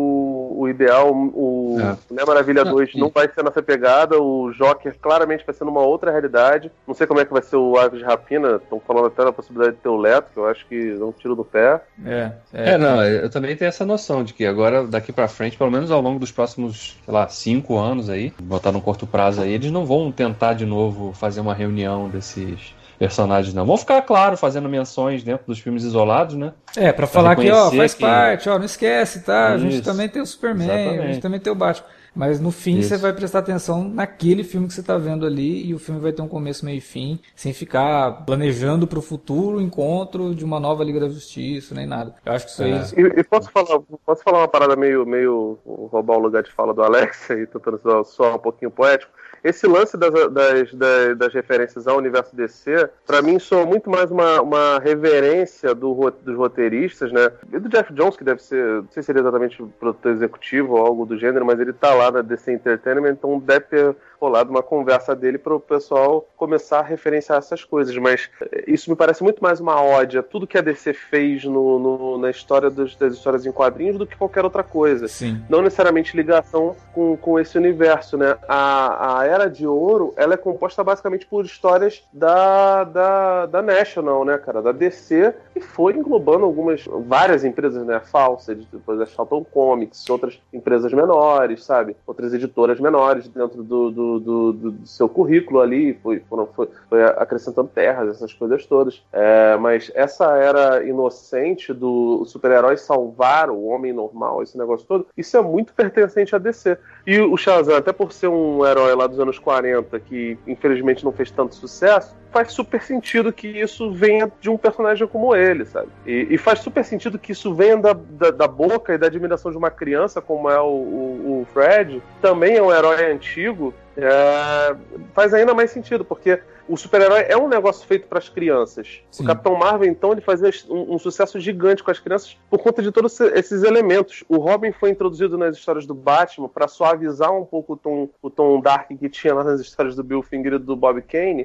o, o ideal. O é. Mulher Maravilha dois não, não vai ser nessa pegada, o Joker claramente vai ser numa outra realidade. Não sei como é que vai ser o Aves de Rapina, estão falando até da possibilidade de ter o Leto, que eu acho que dá um tiro no pé. É, é, é, não, eu também tenho essa noção de que agora, daqui para frente, pelo menos ao longo dos próximos, sei lá, cinco anos aí, botar no curto prazo aí, eles não vão tentar de novo fazer uma reunião desses personagens, não. Vão ficar, claro, fazendo menções dentro dos filmes isolados, né? É, pra falar que, ó, faz que... parte, ó, não esquece, tá? Isso, a gente também tem o Superman, exatamente. a gente também tem o Batman. Mas no fim Isso. você vai prestar atenção naquele filme que você tá vendo ali e o filme vai ter um começo, meio e fim, sem ficar planejando pro futuro encontro de uma nova Liga da Justiça, nem nada. Eu acho que isso aí... É. E, e posso, falar, posso falar uma parada meio, meio roubar o lugar de fala do Alex e tentando soar um pouquinho poético? Esse lance das, das, das, das referências ao universo D C, pra mim, soa muito mais uma, uma reverência do, dos roteiristas, né? E do Jeff Jones, que deve ser, não sei se ele é exatamente produtor executivo ou algo do gênero, mas ele tá lá na D C Entertainment, então deve ter rolado uma conversa dele para o pessoal começar a referenciar essas coisas, mas isso me parece muito mais uma ode a tudo que a D C fez no, no, na história dos, das histórias em quadrinhos do que qualquer outra coisa. Sim. Não necessariamente ligação com, com esse universo, né? A, a Era de Ouro, ela é composta basicamente por histórias da, da, da National, né, cara? Da D C, e foi englobando algumas, várias empresas, né? Falsa, depois a Charlton Comics, outras empresas menores, sabe? Outras editoras menores dentro do, do Do, do, do seu currículo ali, foi, foi, foi acrescentando terras, essas coisas todas. É, mas essa era inocente do super-herói salvar o homem normal, esse negócio todo, isso é muito pertencente à D C. E o Shazam, até por ser um herói lá dos anos quarenta, que infelizmente não fez tanto sucesso, faz super sentido que isso venha de um personagem como ele, sabe? E, e faz super sentido que isso venha da, da, da boca e da admiração de uma criança, como é o, o, o Fred, também é um herói antigo. É, faz ainda mais sentido, porque o super-herói é um negócio feito para as crianças. Sim. O Capitão Marvel, então, ele fazia um, um sucesso gigante com as crianças por conta de todos esses elementos. O Robin foi introduzido nas histórias do Batman para suavizar um pouco o tom, o tom dark que tinha lá nas histórias do Bill Finger e do Bob Kane,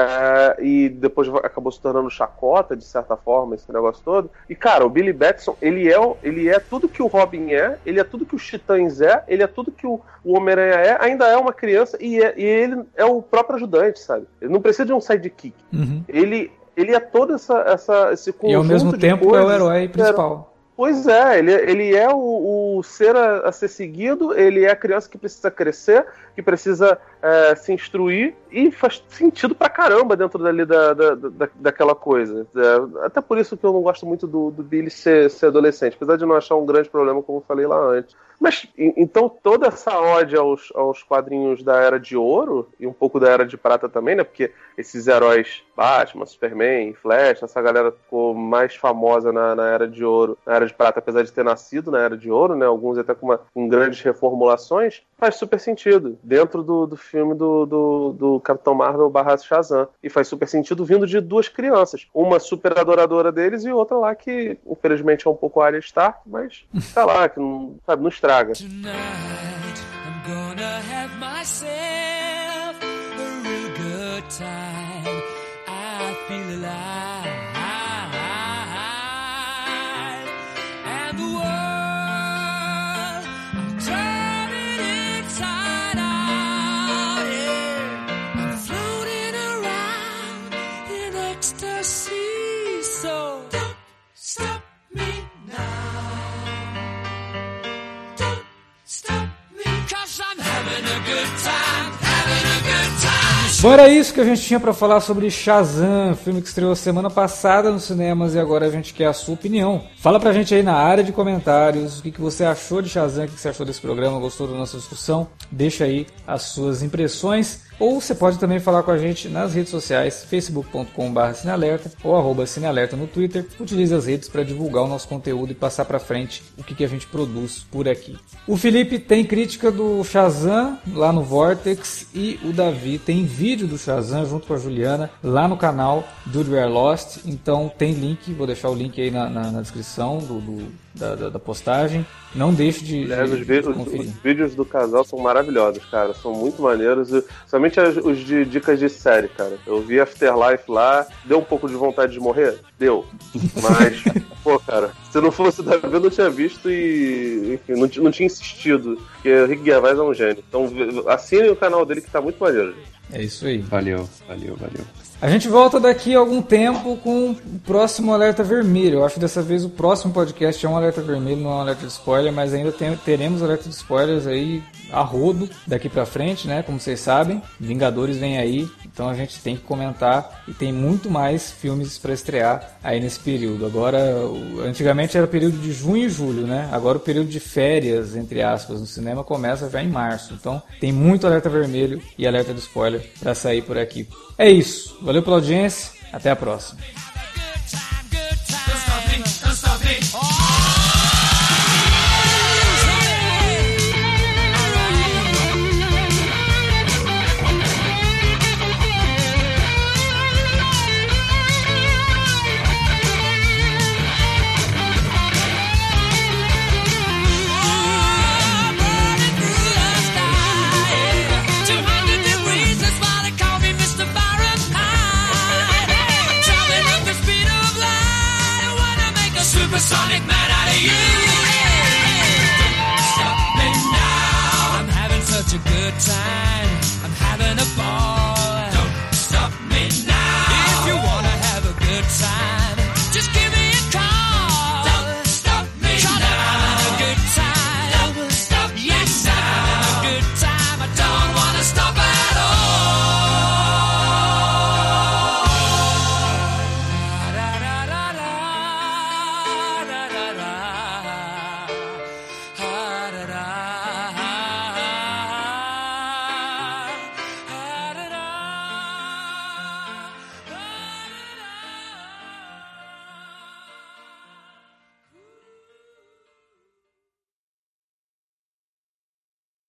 é, e depois acabou se tornando chacota, de certa forma, esse negócio todo. E, cara, o Billy Batson, ele é, ele é tudo que o Robin é, ele é tudo que os Titãs é, ele é tudo que o, o Homem-Aranha é, ainda é uma criança, e, é, e ele é o próprio ajudante, sabe? Ele não precisa de um sidekick. Uhum. Ele, ele é todo essa, essa, esse conjunto de coisas. E ao mesmo tempo é o herói principal. Pois é, ele, ele é o, o ser a, a ser seguido, ele é a criança que precisa crescer, que precisa é, se instruir, e faz sentido pra caramba dentro dali da, da, da, daquela coisa. É, até por isso que eu não gosto muito do, do Billy ser, ser adolescente, apesar de não achar um grande problema, como eu falei lá antes. Mas, então, toda essa ode aos, aos quadrinhos da Era de Ouro, e um pouco da Era de Prata também, né? Porque esses heróis, Batman, Superman, Flash, essa galera ficou mais famosa na, na Era de Ouro, na Era de Prata, apesar de ter nascido na Era de Ouro, né? Alguns até com, uma, com grandes reformulações, faz super sentido. Dentro do, do filme do, do, do Capitão Marvel barra Shazam. E faz super sentido vindo de duas crianças. Uma super adoradora deles e outra lá que, infelizmente, é um pouco Arya Stark, mas tá lá, que não, sabe, não estraga. Tonight, I'm gonna have myself a real good time. I feel alive, and the world, I'm turning inside out, yeah. I'm floating around in ecstasy, so don't stop Bom, era isso que a gente tinha pra falar sobre Shazam, filme que estreou semana passada nos cinemas e agora a gente quer a sua opinião. Fala pra gente aí na área de comentários o que, que você achou de Shazam, o que, que você achou desse programa, gostou da nossa discussão. Deixa aí as suas impressões. Ou você pode também falar com a gente nas redes sociais, facebook ponto com barra cinealerta ou arroba cinealerta no Twitter. Utilize as redes para divulgar o nosso conteúdo e passar para frente o que, que a gente produz por aqui. O Felipe tem crítica do Shazam lá no Vortex e o Davi tem vídeo do Shazam junto com a Juliana lá no canal Dude We Are Lost. Então tem link, vou deixar o link aí na, na, na descrição do, do da, da, da postagem. Não deixe de, é, de, os, vídeos, de conferir. Os vídeos do casal são maravilhosos, cara. São muito maneiros. E, somente as, os de dicas de série, cara. Eu vi Afterlife lá. Deu um pouco de vontade de morrer? Deu. Mas, pô, cara, se não fosse da eu não tinha visto e, enfim, não, não tinha insistido. Porque o Rick Gervais é um gênio. Então, assinem o canal dele que tá muito maneiro, gente. É isso aí. Valeu, valeu, valeu. A gente volta daqui a algum tempo com o próximo Alerta Vermelho. Eu acho que dessa vez o próximo podcast é um Alerta Vermelho, não é um Alerta de Spoiler, mas ainda tem, teremos Alerta de Spoilers aí a rodo daqui pra frente, né? Como vocês sabem, Vingadores vem aí, então a gente tem que comentar e tem muito mais filmes pra estrear aí nesse período. Agora, antigamente era período de junho e julho, né? Agora o período de férias, entre aspas, no cinema começa já em março. Então tem muito Alerta Vermelho e Alerta de Spoiler pra sair por aqui. É isso. Valeu pela audiência. Até a próxima.